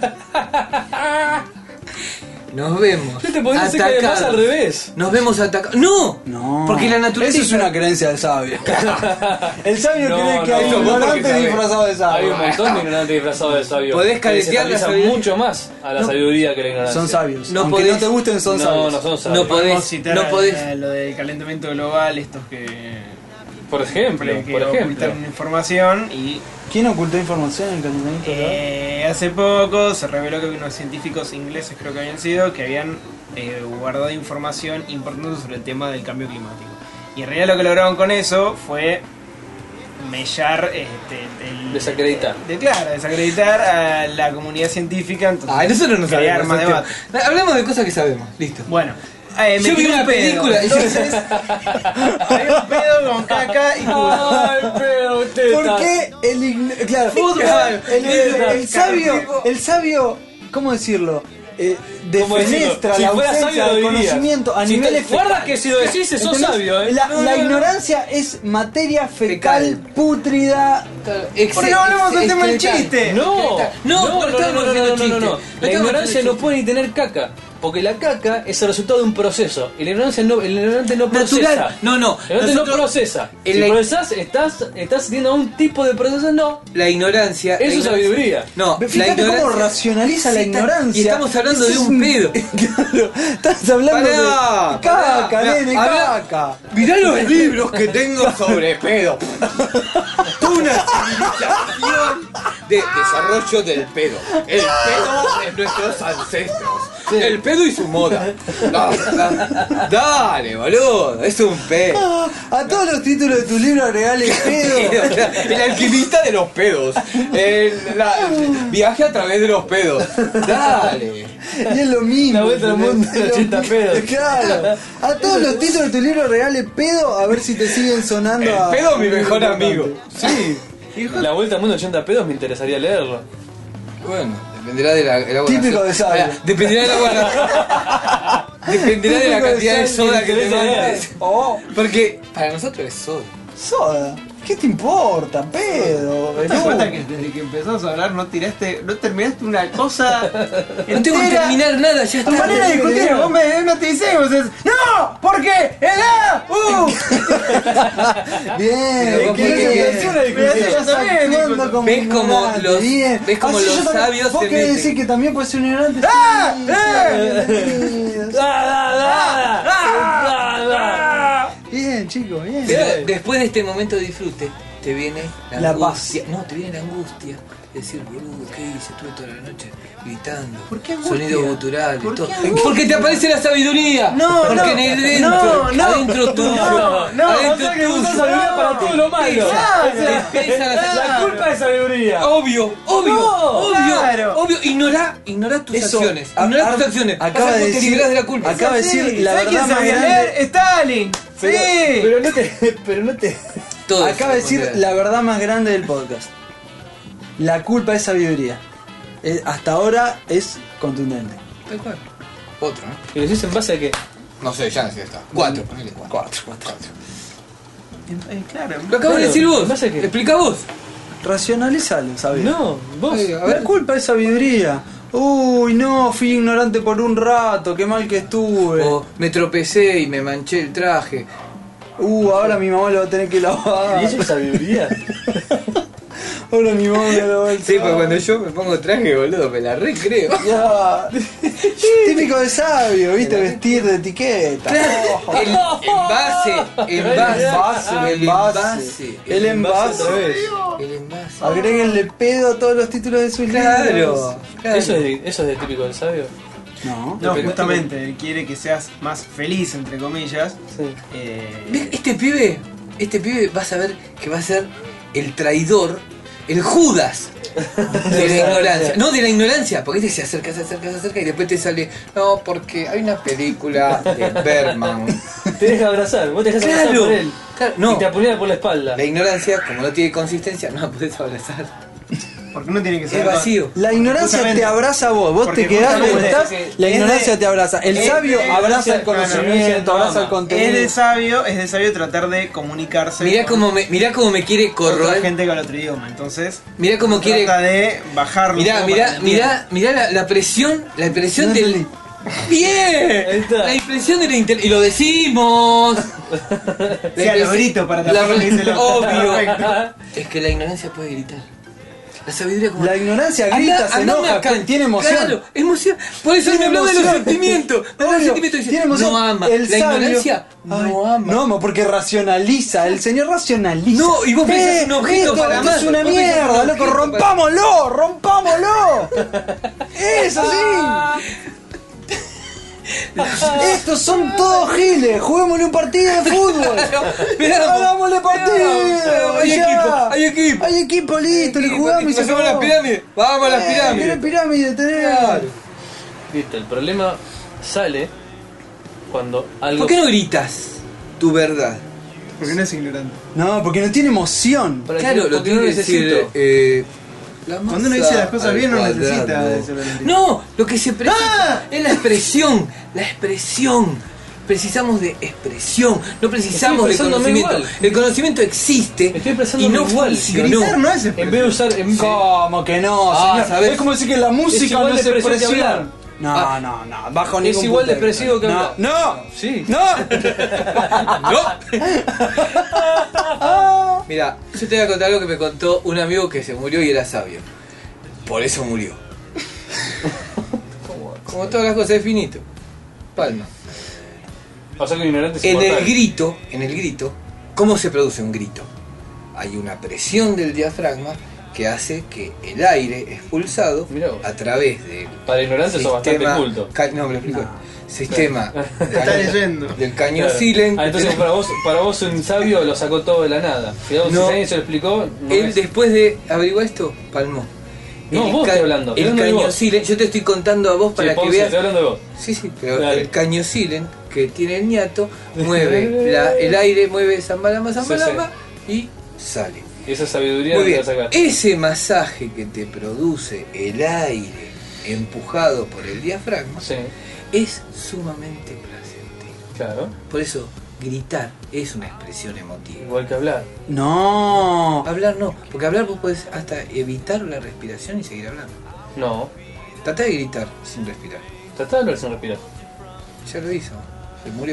Nos vemos. Yo te podría decir que además atacados. al revés. Nos vemos atacados. ¡No! No. Porque la naturaleza. Eso es una creencia del sabio. El sabio No, cree que no, hay no, ignorantes porque sabe. disfrazados de Hay sabio. un montón de ignorantes disfrazados de sabios. Podés que caretear la desestabilizan sabiduría. mucho más a la No. sabiduría que la ignorancia. Son sabios. No Aunque podés- no te gusten, son No, sabios. no son sabios. No podés- Podemos citar no podés- lo del calentamiento global, estos que Por ejemplo, que por ejemplo. ocultaron información y ¿Quién ocultó información en el calentamiento global? hace poco se reveló que unos científicos ingleses creo que habían sido que habían guardado información importante sobre el tema del cambio climático. Y en realidad lo que lograron con eso fue mellar, Desacreditar. desacreditar a la comunidad científica. Entonces, nosotros no crear sabemos. más debate. Hablamos de cosas que sabemos, listo. Bueno, Yo vi tiré una un pedo. película y yo- Entonces, había un pedo con caca y culo. Ay, pero teta. ¿Por qué claro, Fútbol. el sabio, ¿cómo decirlo? ¿Cómo decirlo? Defenestra Si la fuera ausencia sabio, de lo dirías. conocimiento a Si niveles te guardas fecales. que si lo decís, sos ¿Entendés? sabio, ¿eh? La ignorancia es materia fecal, pútrida. Porque no hablamos del tema del excretal. chiste. No, No, porque estamos haciendo chiste. La ignorancia no puede ni tener caca. Porque la caca es el resultado de un proceso. Y la ignorancia no, el ignorante no procesa. Natural. No. El ignorante Nosotros- no procesa. en Si la- procesas, estás teniendo un tipo de proceso, no. La ignorancia. Eso la es ignorancia- sabiduría. No, la Fíjate cómo ignorancia. racionaliza la Sí, ignorancia. y estamos hablando de Eso es un pedo. Claro, estás hablando Pará, de caca, pará, nene, habla- caca. Mirá los libros que tengo sobre pedo. Toda una civilización de desarrollo del pedo. El pedo de nuestros ancestros. El pedo y su moda. Dale, boludo. Es un pedo. A todos los títulos de tu libro agregale pedo. El alquimista de los pedos. El viaje a través de los pedos. Dale. Y es lo mismo. La vuelta al mundo de Es lo 80 mismo. pedos. Claro. A todos los títulos de tu libro regale pedo a ver si te siguen sonando. El a- pedo, mi mejor amigo. Sí. La vuelta al mundo de 80 pedos me interesaría leerlo. Bueno, dependerá de el agua. Típico de sabio. Ahora, dependerá del agua. Dependerá de la Típico de cantidad de sabio soda que que le te interesa metes. Oh, Porque para nosotros es soda. soda. ¿Qué te importa, pedo? ¿Te das cuenta que desde que empezamos a hablar no terminaste una cosa No tengo que terminar nada, ya Tu está. manera de discutir, vos no te decimos ¡no! Porque el A, Pero, Bien, ¿Ves cómo los- ves cómo los sabios ¿Vos se querés meten? decir que también puede ser un ignorante? ¡Ah! Bien, chicos, bien. Pero después de este momento de disfrute, te viene La angustia. No, te viene la angustia. De decir, boludo, ¿qué hice? Estuve toda la noche gritando. ¿Por qué angustia? Sonidos guturales. ¿Por todo. qué angustia? Porque te aparece la sabiduría. No, porque no, en el dentro, no, adentro tuyo. O sea que usás sabiduría para todo lo malo. Claro. Te empieza La culpa es sabiduría. Obvio, claro. obvio. Ignorá tus Eso, acciones. Ignorá tus acciones. acaba Vas a de te decir- librás de la culpa. acaba de decir la ¿Sabés verdad quién más sabía grande? leer? Stalin. Sí. Pero no te. Todo eso Acaba de se decir considera. la verdad más grande del podcast. La culpa es sabiduría. Hasta ahora es contundente. Tal cual. Otro, ¿no? ¿Y lo decís en base a qué? No sé, ya no sé si está. 4, ponele 4. Claro. Lo acabas de decir vos. ¿Pasa qué? Explica vos. Racionalizalo, ¿sabes? No, vos. A La ver. culpa es sabiduría. Uy, no, fui ignorante por un rato, qué mal que estuve. O me tropecé y me manché el traje. Ahora mi mamá lo va a tener que lavar. ¿Y eso es sabiduría? Ahora mi mamá me lo va a Sí, pues cuando yo me pongo traje, boludo, me la recreo. Ya. Típico de sabio, viste, vestir de etiqueta. El envase, El envase. Otra vez. El envase. Agréguenle pedo a todos los títulos de sus libros. Claro. ¿Eso es de típico del sabio? No. No, justamente, él quiere que seas más feliz, entre comillas. Sí. ¿Ves? Este pibe vas a ver que va a ser el traidor, el Judas de la ignorancia. No, de la ignorancia, porque este se acerca y después te sale, no, porque hay una película de Bergman. Te deja abrazar, vos te dejás abrazar Claro, por él. claro, no. Y te apuñala por la espalda. La ignorancia, como no tiene consistencia, no la podés abrazar. Porque no tiene que ser Es vacío. La ignorancia Justamente. te abraza a vos, vos Porque te quedás como justamente estás, la es ignorancia de- te abraza. El es sabio de- abraza el no, no, conocimiento, no, abraza el no. contenido. Es de sabio tratar de comunicarse Mirá con cómo me quiere otra corroer. gente con otro idioma. Entonces, Mirá cómo quiere. trata de bajarlo. Mirá, un poco para que entienda. la presión No del. entendí. ¡Bien! Ahí está. La impresión de la y lo decimos. Sí, a lo grito para tapar lo que dice el otro. Obvio. Perfecto. Es que la ignorancia puede gritar. La sabiduría como. La ignorancia grita, se Andame enoja, acá. tiene emoción. Claro, emoción. Por eso Tiene me habló de los emoción. sentimientos. Me habló de los Obvio, sentimientos y dice, tiene emoción. no ama. El La sabio- ignorancia Ay, no ama. No ama porque racionaliza. El señor racionaliza. No, y vos pensás un objeto esto, para esto más. es una Vos pensás mierda, un loco. objeto para- Rompámoslo. Eso sí. Estos son todos giles, juguémosle un partido de fútbol. Hagámosle partido. Hay equipo, listo, le jugamos y se ¿Pasamos a las acabó. pirámides? Vamos a las pirámides. Mira pirámide, tenés. Claro. Listo, el problema sale cuando algo. ¿Por qué no gritas tu verdad? Porque no es ignorante. No, porque no tiene emoción. Para Claro, que- lo porque tiene no que decir. necesito. Cuando uno dice las cosas bien, no necesita decirlo bien. No, lo que se precisa es la expresión. La expresión. Precisamos de expresión, no precisamos de expresándome conocimiento. igual. El conocimiento existe Estoy y expresándome no igual. funcionó. Gritar no es En vez de expresión. usar. ¿Cómo que no, Ah, señor? ¿sabes? Es como decir que la música igual no de es expresión que expresión. hablar. No, bajo Es ningún igual punto de expresivo que vista. hablar. No, Sí. no. No. Mira, yo te voy a contar algo que me contó un amigo que se murió y era sabio. Por eso murió. Como todas las cosas, es finito. Palma. O sea que un ignorante es En inmortal. el grito, ¿cómo se produce un grito? Hay una presión del diafragma que hace que el aire expulsado Mirá vos. a través del Para ignorantes sos bastante culto. No, me lo explico. Sistema Está leyendo. del caño Claro. Silen. Entonces para vos un sabio lo sacó todo de la nada. Si a vos No. alguien se lo explicó, no Él es- después de averiguar esto, palmó. No, El vos estoy hablando, estoy El hablando de caño vos. Silen, yo te estoy contando a vos Sí, para que Ponce, veas. estoy hablando de vos. Sí, pero Dale. el caño Silen que tiene el ñato mueve el aire, mueve zambalamba y sale. Y esa sabiduría Muy no bien, te la sacás. ese masaje que te produce el aire empujado por el diafragma Sí, es sumamente placentero. claro. Por eso, gritar es una expresión emotiva. Igual que hablar. No. Hablar no, porque hablar vos podés hasta evitar la respiración y seguir hablando. No. Trata de gritar sin respirar. Tratá de hablar sin respirar. Ya lo hizo, se murió.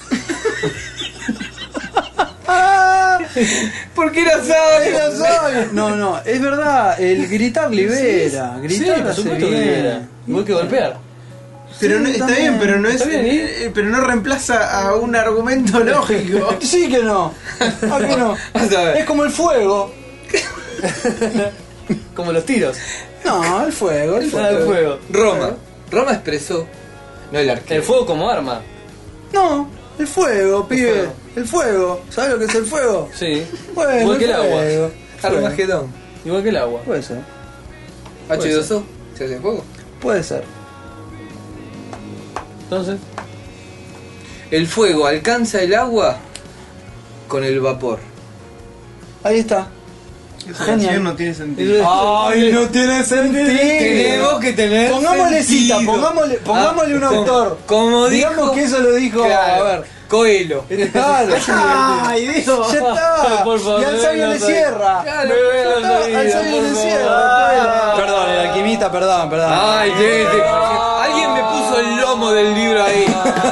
Porque era sabio. No, es verdad, el gritar libera. Gritar Sí, por hace supuesto que bien. libera. Igual que golpear. Pero Sí, no, está también. bien, pero no es, Está bien, pero no reemplaza a un argumento lógico. Sí que no. ¿A que no? Vas a ver. Es como el fuego. Como los tiros. No, el fuego, el Ah, fuego. el fuego. Roma expresó, no el arquero. El fuego como arma. No, el fuego, pibe. fuego. El fuego. ¿Sabes lo que es el fuego? Sí. Bueno, Igual que el agua. fuego. Armagedón. Igual que el agua. Puede ser. H2O, ¿se hace fuego? Puede ser. Entonces, El fuego alcanza el agua con el vapor. Ahí está. Esa Genial. canción no tiene sentido. Ay, no tiene sentido. Tenemos que tener Pongámosle sentido. cita, pongámosle un autor. Como Digamos dijo, que eso lo dijo. claro, A ver. Coelho. Claro. Ay, Dios. Ya está. Por favor, Y al me sabio ven le los oídos. cierra. Claro, Me ven los Ya está, oídos, al sabio por le favor. cierra. Perdón, el alquimista, perdón. Ay, alguien me puso el lomo del libro ahí.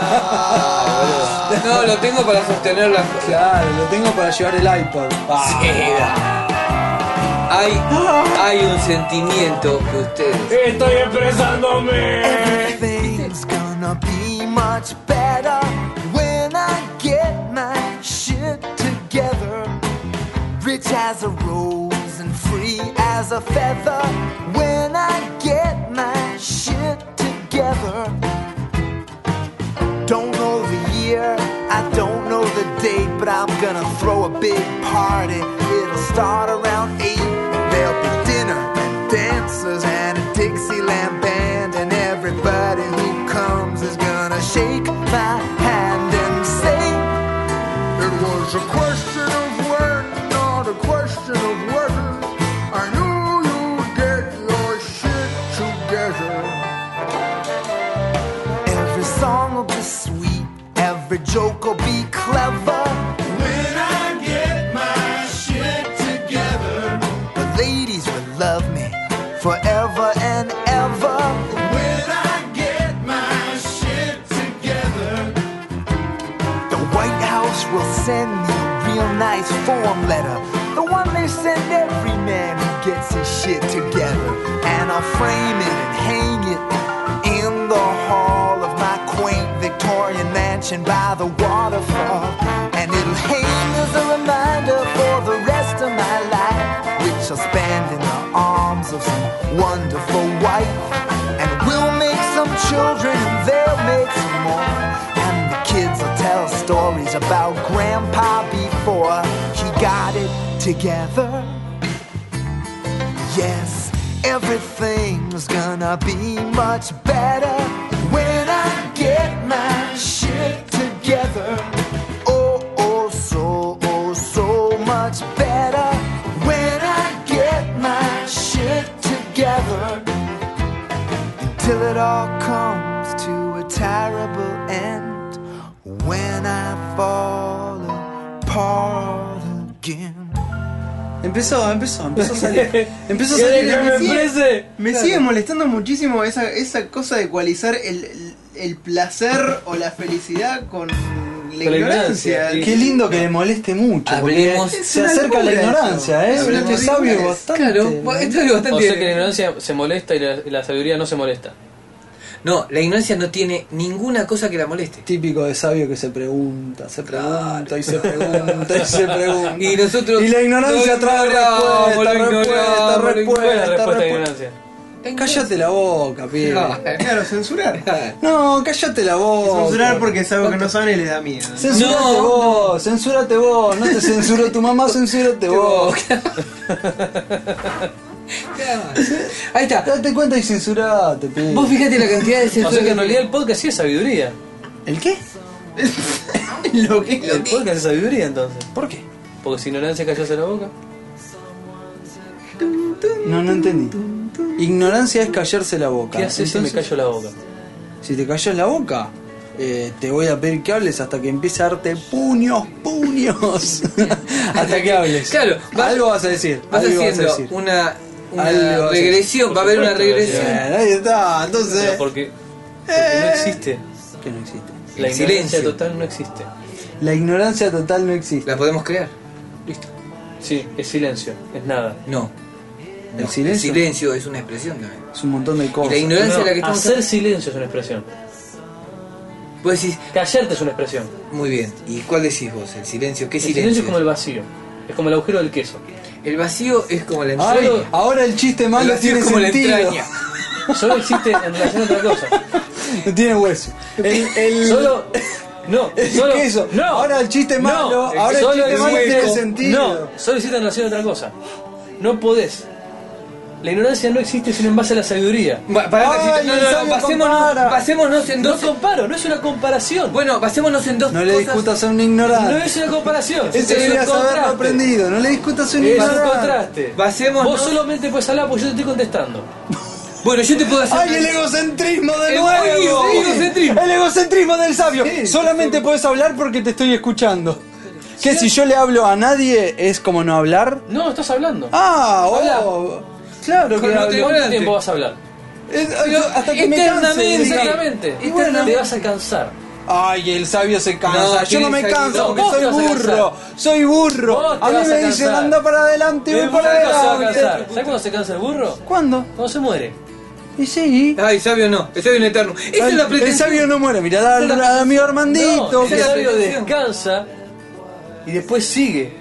No, lo tengo para sostener las cosas. Claro, lo tengo para llevar el iPod. Hay un sentimiento que ustedes. estoy expresándome. Everything's gonna be much better when I get my shit together. Rich as a rose and free as a feather. When I get my shit together. Don't know the year, I don't know the date, but I'm gonna throw a big party. It'll start around 8. There'll be dinner and dancers and a Dixieland band, and everybody who comes is gonna shake my hand and say, it was a question of when, not a question of whether. I knew you'd get your shit together. Every song will be sweet, every joke will be clever. When I get my shit together, the ladies will love me forever and ever. When I get my shit together, the White House will send me a real nice form letter, the one they send every man who gets his shit together. And I'll frame it and hang it in the hall of my quaint Victorian mansion by the waterfall. And it'll hang as a reminder for the rest of my life, which I'll spend in the arms of some wonderful wife. And we'll make some children and they'll make some more. And the kids will tell stories about Grandpa before he got it together. Yes, everything's gonna be much better when I get my shit together. So much better when I get my shit together. Till it all comes to a terrible end when I fall apart again. Empezó a salir. Empezó a salir. Me sigue molestando muchísimo esa cosa de ecualizar el placer o la felicidad con la ignorancia. ignorancia. Qué lindo que le moleste mucho. Hablemos- Porque se acerca a la ignorancia, ¿eh? Es una Este sabio ridícula. bastante. Claro, esto es bastante. O sea que la ignorancia se molesta y la sabiduría no se molesta. No, la ignorancia no tiene ninguna cosa que la moleste. Típico de sabio que se pregunta y se pregunta y se pregunta. Y nosotros Y la ignorancia lo trae ignoramos, lo respuesta, ignoramos, lo ¿Cuál es la respuesta de la respuesta. ignorancia? Cállate la boca, pibe. Claro, censurar. No, cállate la boca. Censurar porque es algo que no saben y les da miedo. Censúrate vos, no te censuró tu mamá, censúrate vos. Ahí está. Date cuenta y censurate, pibe. Vos fíjate la cantidad de O censura sea que en realidad el podcast sí es sabiduría. ¿El qué? Lo que El podcast es sabiduría entonces. ¿Por qué? Porque si ignorancia callase la boca. No entendí. Ignorancia es callarse la boca. ¿Qué haces si me Entonces, callo la boca? Si te callas la boca, te voy a pedir que hables hasta que empiece a darte puños. Hasta que hables. Claro, algo vas a decir. Vas algo haciendo vas a decir. una Algo vas a decir. regresión, va a haber una supuesto, regresión. Bien, ahí está. Entonces, Pero porque no existe. ¿qué no existe? La El ignorancia silencio. total no existe. La ignorancia total no existe. La podemos crear. Listo. Sí, es silencio, es nada. No. ¿El No, silencio? El silencio es una expresión también. Es un montón de Y cosas. la ignorancia No, es la que estamos hacer silencio es una expresión. Vos decís, Callarte es una expresión. muy bien. ¿Y cuál decís vos? ¿El silencio? ¿Qué El silencio? silencio es como el vacío. Es como el agujero del queso. El vacío es como la Ay, entraña. ahora el chiste El malo vacío tiene es como sentido. la entraña. Solo existe en relación a otra cosa. No tiene hueso. El Solo. No, el solo. queso. No. Ahora el chiste No, malo. Ahora el solo chiste malo existe- tiene sentido. No, solo existe en relación a otra cosa. No podés. La ignorancia no existe sino en base a la sabiduría. Ay, el sabio compara. Basémonos en No dos. comparo, no es una comparación. Bueno, basémonos en dos No le cosas. discutas a un No ignorante. es una comparación. Eso es un deberías haberlo contraste. aprendido. No le discutas a un Es un ignorante. contraste. Basémonos- Vos solamente puedes hablar porque yo te estoy contestando. Bueno, yo te puedo hacer. ¡Ay, el egocentrismo de El nuevo! egocentrismo. El egocentrismo del sabio. Sí, Solamente puedes hablar porque te estoy escuchando. Que si yo le hablo a nadie es como no hablar. No, estás hablando. Ah, claro que Con otro hablo. ¿Cuánto ignorante. tiempo vas a hablar? Hasta que me canse. eternamente. digamos. Exactamente. Eternamente. Te vas a cansar. Ay, el sabio se cansa. No, Yo no me tiene canso sabio. porque Vos soy te vas a burro. Soy burro. Vos te A mí vas a me dicen cansar. anda para adelante y voy El para burro se va a adelante. cansar. ¿Sabes cuándo se cansa el burro? ¿Cuándo? Cuando se muere. Y sí. Ay, sabio no. El sabio en eterno. Esa es la El pretensión. sabio no muere. Mira, dale al amigo Armandito. No, el esa es la sabio pretensión. descansa y después sigue.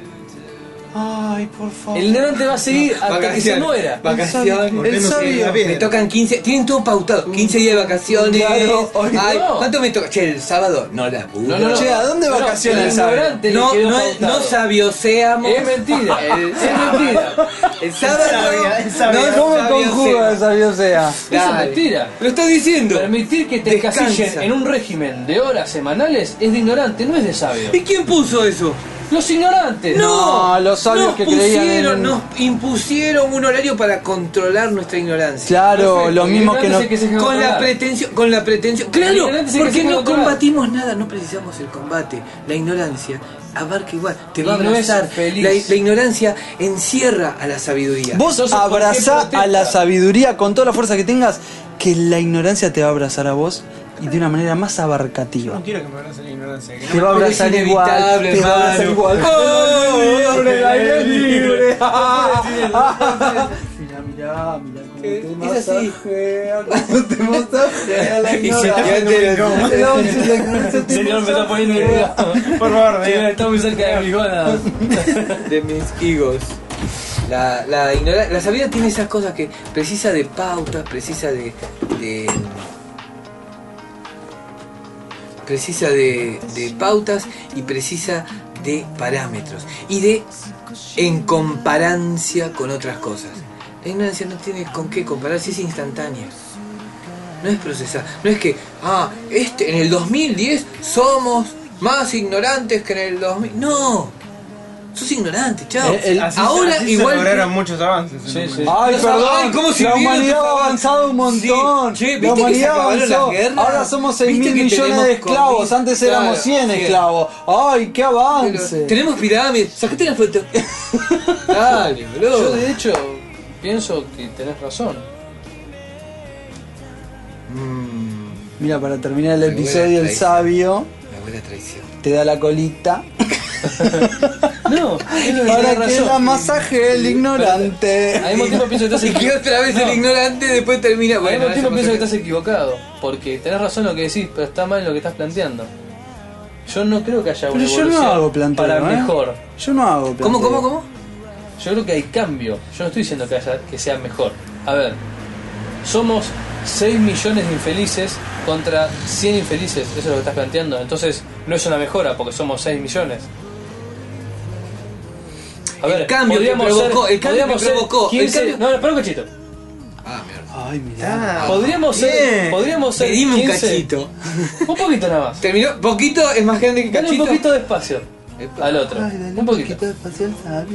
Ay, por favor. El ignorante va a seguir hasta que se muera. Vacaciones. El sabio. Me tocan 15, tienen todo pautado, 15 días de vacaciones. Claro. Ay, No. ¿cuánto me toca? Che, el sábado, no la pude. No, no, no. Che, ¿a dónde No, vacaciona el el sabio? ignorante No, le quedó no, pautado. no sabio seamos. Es mentira. Es mentira. El sábado. El sabio. No, ¿Cómo sabio conjuga sea. el sabio sea? Eso es Dale. mentira. Lo estoy diciendo. Permitir que te Descansa. encasillen en un régimen de horas semanales es de ignorante, no es de sabio. ¿Y quién puso eso? Los ignorantes. No, los sabios nos que creían en- nos impusieron un horario para controlar nuestra ignorancia. Claro, Perfecto, los el mismos que ignorante no. es el que se deja Con la controlar. pretensión, El claro, ignorante es el que porque se deja no controlar. combatimos nada, no precisamos el combate. La ignorancia abarca igual, te va a Y no es abrazar. feliz. La ignorancia encierra a la sabiduría. Vos Entonces, ¿por qué abrazá a la protesta? sabiduría con toda la fuerza que tengas, que la ignorancia te va a abrazar a vos y de una manera más abarcativa. No quiero que me abracen la ignorancia. Que no Te va a Pero es abrazar igual. inevitable, Te va a abrazar hermano. igual. ¡Oh! El aire es libre. Mira, Es cómo te así. masajea, cómo te masajea la Y se ignorancia. te- La ignorancia te Señor, me está poniendo masajea. nervioso. Por favor, Sí, está muy cerca de mi gona. De mis higos. La sabiduría tiene esas cosas que precisa de pautas, precisa de precisa de pautas y precisa de parámetros y de en comparancia con otras cosas. La ignorancia no tiene con qué comparar si es instantánea. No es procesar, no es que en el 2010 somos más ignorantes que en el 2000. No, sos ignorante, chao. Ahora así igual se lograron muchos avances. Sí, sí. Ay, perdón, Ay, ¿cómo la sirvieron humanidad tus ha avanzado un montón. Sí, che, la ¿viste que se humanidad acabaron avanzó. las guerras? Ahora somos 6.000 ¿Viste que millones tenemos de esclavos. comida? Antes éramos Claro, 100 sí. esclavos. Ay, qué avance. Pero tenemos pirámides, sacate la foto. Dale, boludo. Yo de hecho pienso que tenés razón. Mira, para terminar el Me huele episodio, a el traición. sabio Me huele a traición. te da la colita No, para que la masaje el ignorante. al mismo tiempo pienso que estás Y que otra vez el ignorante después termina. Al mismo tiempo eso pienso que pasa estás equivocado, porque tenés razón lo que decís, pero está mal lo que estás planteando. Yo no creo que haya una Pero yo no evolución hago planteo, para ¿eh? mejor. Yo no hago planteo. ¿Cómo? Yo creo que hay cambio. Yo no estoy diciendo que sea mejor. A ver, somos 6 millones de infelices contra 100 infelices. Eso es lo que estás planteando. Entonces no es una mejora porque somos 6 millones. A El ver, cambio que podríamos provocó, ser- el cambio podríamos que ser provocó, el 15 cambio- No, espera un cachito. Ay, mirá. Podríamos ser Pedime un 15. cachito. Un poquito nada más. Terminó. Poquito es más grande que Dale cachito. un poquito de espacio Epa. al otro. Ay, dale Un poquito. de espacio al sabio.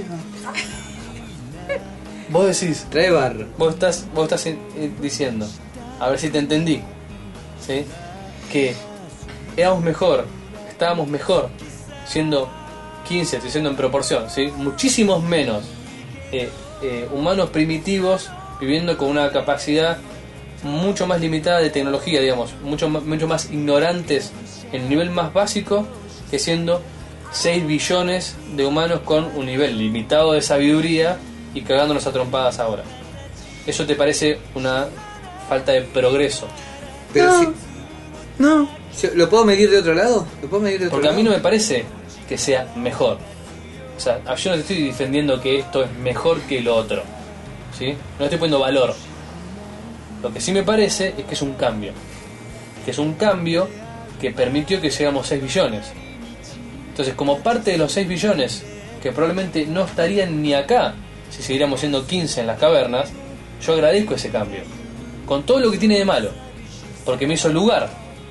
Vos decís, Trae barro. vos estás diciendo, a ver si te entendí, ¿sí? Que estábamos mejor siendo 15, estoy diciendo en proporción, ¿sí? Muchísimos menos humanos primitivos viviendo con una capacidad mucho más limitada de tecnología, digamos, mucho más ignorantes en el nivel más básico que siendo 6 billones de humanos con un nivel limitado de sabiduría y cagándonos a trompadas ahora. ¿Eso te parece una falta de progreso? Pero No. sí. No. ¿Lo puedo medir de otro lado? Porque a mí no me parece que sea mejor. O sea, yo no te estoy defendiendo que esto es mejor que lo otro, ¿sí? No estoy poniendo valor. Lo que sí me parece es que es un cambio. Que es un cambio que permitió que llegamos 6 billones. Entonces, como parte de los 6 billones, que probablemente no estarían ni acá si siguiéramos siendo 15 en las cavernas, yo agradezco ese cambio. Con todo lo que tiene de malo. Porque me hizo lugar.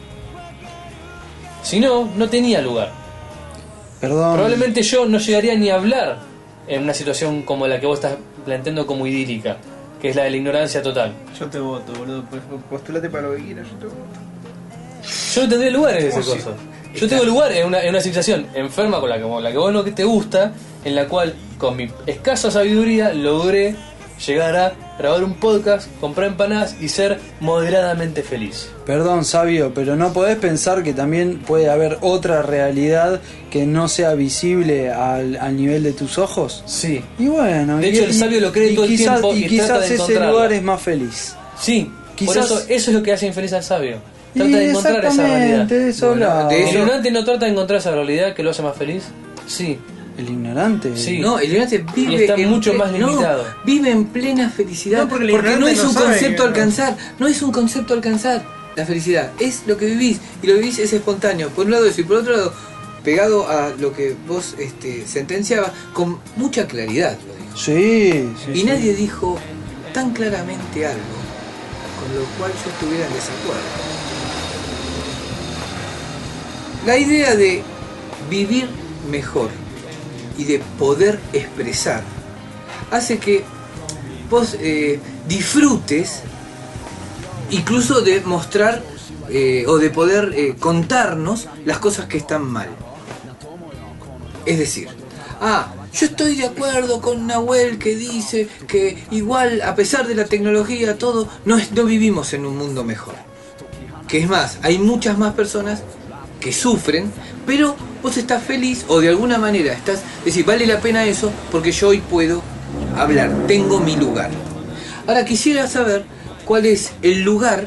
Si no, no tenía lugar. Perdón. Probablemente yo no llegaría ni a hablar en una situación como la que vos estás planteando como idílica, que es la de la ignorancia total. Yo te voto, boludo. Postulate para lo que quieras, yo te voto. Yo no tendría lugar en ese coso. Yo tengo lugar en una civilización enferma con la que vos no te gusta, en la cual con mi escasa sabiduría logré llegar a grabar un podcast, comprar empanadas y ser moderadamente feliz. Perdón, sabio, pero no podés pensar que también puede haber otra realidad que no sea visible al nivel de tus ojos. Sí. Y bueno, De hecho, el sabio lo cree todo el quizás, tiempo y y quizás trata de ese encontrarla. lugar es más feliz. Sí, por Quizás- eso es lo que hace infeliz al sabio. Y Trata de encontrar esa realidad. exactamente, de eso Bueno, hablaba. de ¿El eso- ignorante no trata de encontrar esa realidad que lo hace más feliz? Sí. El ignorante. Sí. No, el ignorante vive Y está en mucho más limitado. Vive en plena felicidad. No, porque el porque no ignorante es no un sabe concepto a que- alcanzar. No es un concepto a alcanzar. La felicidad es lo que vivís. Y lo vivís es espontáneo. Por un lado eso. Y por otro lado, pegado a lo que vos sentenciabas, con mucha claridad lo dijo. Sí, sí, Y sí. nadie dijo tan claramente algo con lo cual yo estuviera en desacuerdo. La idea de vivir mejor y de poder expresar hace que vos disfrutes incluso de mostrar o de poder contarnos las cosas que están mal. Es decir, yo estoy de acuerdo con Nahuel que dice que igual a pesar de la tecnología todo no vivimos en un mundo mejor. Que es más, hay muchas más personas que sufren, pero vos estás feliz o de alguna manera estás, decís, vale la pena eso porque yo hoy puedo hablar, tengo mi lugar. Ahora quisiera saber cuál es el lugar,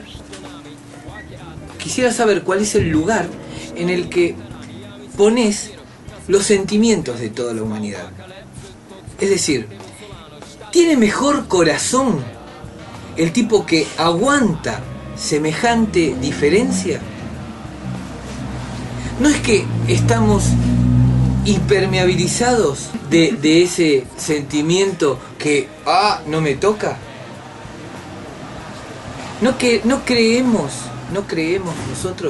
en el que pones los sentimientos de toda la humanidad. Es decir, ¿tiene mejor corazón el tipo que aguanta semejante diferencia? ¿No es que estamos impermeabilizados de ese sentimiento que no me toca? No creemos nosotros.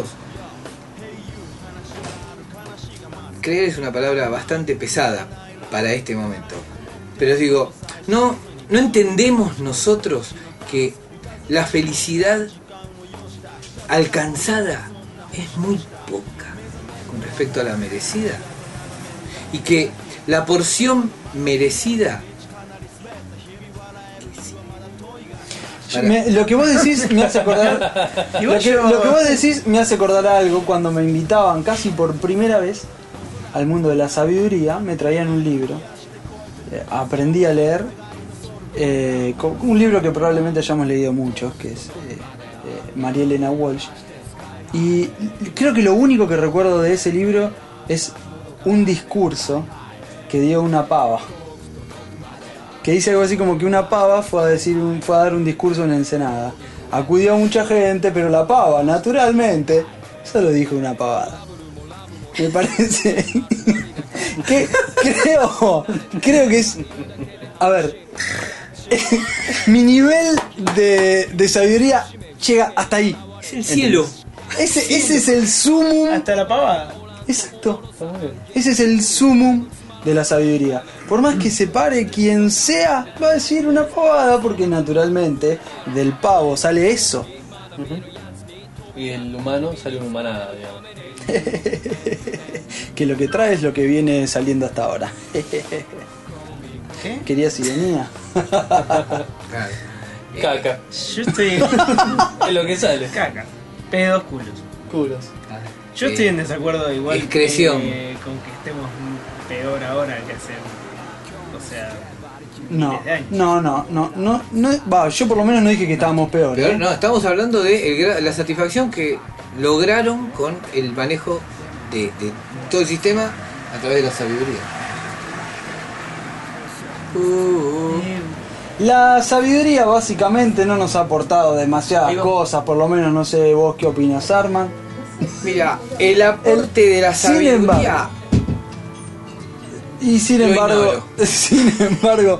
Creer es una palabra bastante pesada para este momento, pero os digo, no entendemos nosotros que la felicidad alcanzada es muy poca con respecto a la merecida, y que la porción merecida lo que vos decís me hace acordar lo que vos decís me hace acordar algo. Cuando me invitaban casi por primera vez al mundo de la sabiduría, me traían un libro, aprendí a leer, un libro que probablemente hayamos leído muchos, que es María Elena Walsh, y creo que lo único que recuerdo de ese libro es un discurso que dio una pava, que dice algo así como que una pava fue a dar un discurso en Ensenada. Acudió a mucha gente, pero la pava, naturalmente, solo dijo una pavada. Me parece que creo que es, a ver, mi nivel de sabiduría llega hasta ahí. es el cielo. Ese es el sumum. Hasta la pavada. Exacto. Ese es el sumum de la sabiduría. Por más que se pare quien sea, va a decir una pavada, porque naturalmente del pavo sale eso. Y el humano sale una humanada, digamos. Que lo que trae es lo que viene saliendo hasta ahora. ¿Qué? Querías y venía. Claro. Caca. Yo estoy. Es lo que sale. Caca. Pedos, culos. Culos. Yo estoy en desacuerdo igual excreción. con que estemos peor ahora que hace. O sea. No, miles de años. no. Va, yo por lo menos no dije que estábamos peor. Pero no, estamos hablando de la satisfacción que lograron con el manejo de todo el sistema a través de la sabiduría. La sabiduría básicamente no nos ha aportado demasiadas cosas, por lo menos no sé vos qué opinas, Arman. Mira, el aporte de la sin sabiduría. embargo, y sin Lo embargo, ignoro.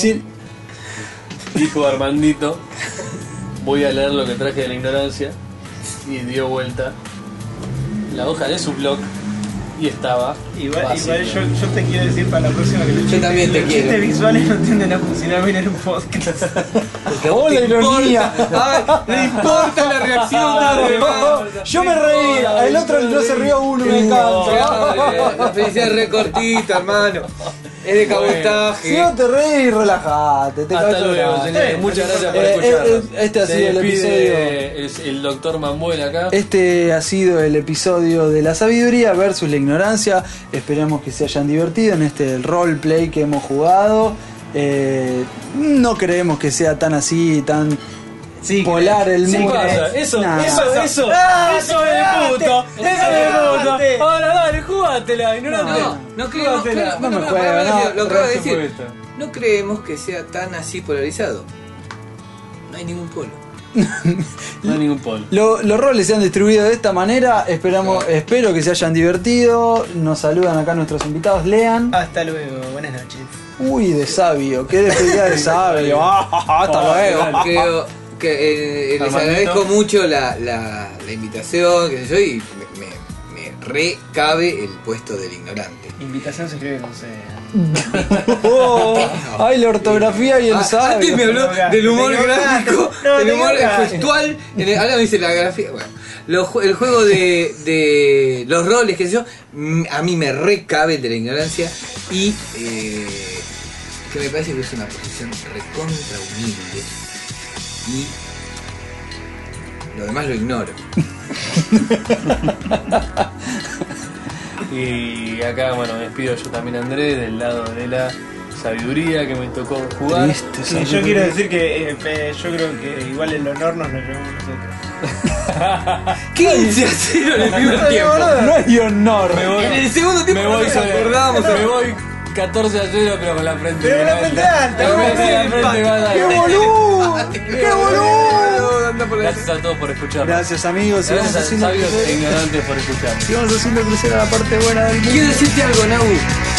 Dijo Armandito, voy a leer lo que traje de la ignorancia, y dio vuelta la hoja de su blog y estaba Igual vacío. yo te quiero decir para la próxima que los también te los quiero. chistes visuales no tienden a funcionar bien en un podcast. ¡oh, la ironía! No importa la reacción de los demás. Yo me reí, el otro no se rió uno, me encanta. La felicidad es recortita, hermano. Es de cabotaje. Si no te reís, relajate. Te Hasta cabeza luego, grande. señores. Muchas gracias por Eh, escucharnos. este ha Se sido el despide el doctor Mambuel acá. Este ha sido el episodio de la sabiduría versus la ignorancia. Esperamos que se hayan divertido en este roleplay que hemos jugado. No creemos que sea tan así, tan Sí, polar el ¿Qué mundo. pasa? Eso Nah. es de puto. Eso es de puto. Ahora dale, jugátela. No creemos, Jugátela. No me juega, no. lo acabo de decir. Supuesto. No creemos que sea tan así polarizado. No hay ningún polo. No hay ningún polo. Los roles se han distribuido de esta manera. Espero que se hayan divertido. Nos saludan acá nuestros invitados. Lean. Hasta luego, buenas noches. Uy, de sabio. Qué despedida de sabio. Hasta luego. Creo que les Armandito. agradezco mucho la invitación, qué sé yo, y me recabe el puesto del ignorante. Invitación se escribe con C. Ay, la ortografía y el Antes sabio. me habló del humor Te equivocaste. gráfico, No, del te humor equivocaste. gestual. Ahora me dice la grafía. Bueno, el juego de los roles, qué sé yo, a mí me recabe el de la ignorancia y que me parece que es una posición recontra humilde y lo demás lo ignoro. Y acá, bueno, me despido yo también, Andrés, del lado de la sabiduría que me tocó jugar. Triste, Sí, sabio. yo quiero decir que yo creo que igual el honor nos lo llevamos nosotros. 15-0 en el primer tiempo. No hay honor. Me voy, En el segundo tiempo me voy, nos acordamos. me voy 14-0, pero con la frente. Pero con la bien frente alta, Pero con con la frente empate. más alta. ¡Qué boludo! ¡Qué boludo! falta por Gracias a todos por escucharnos. Gracias amigos, y vamos Gracias a haciendo sabios crecer, e ignorantes por escucharnos. y vamos haciendo crecer a la parte buena del mundo. Quiero decirte algo, Nau.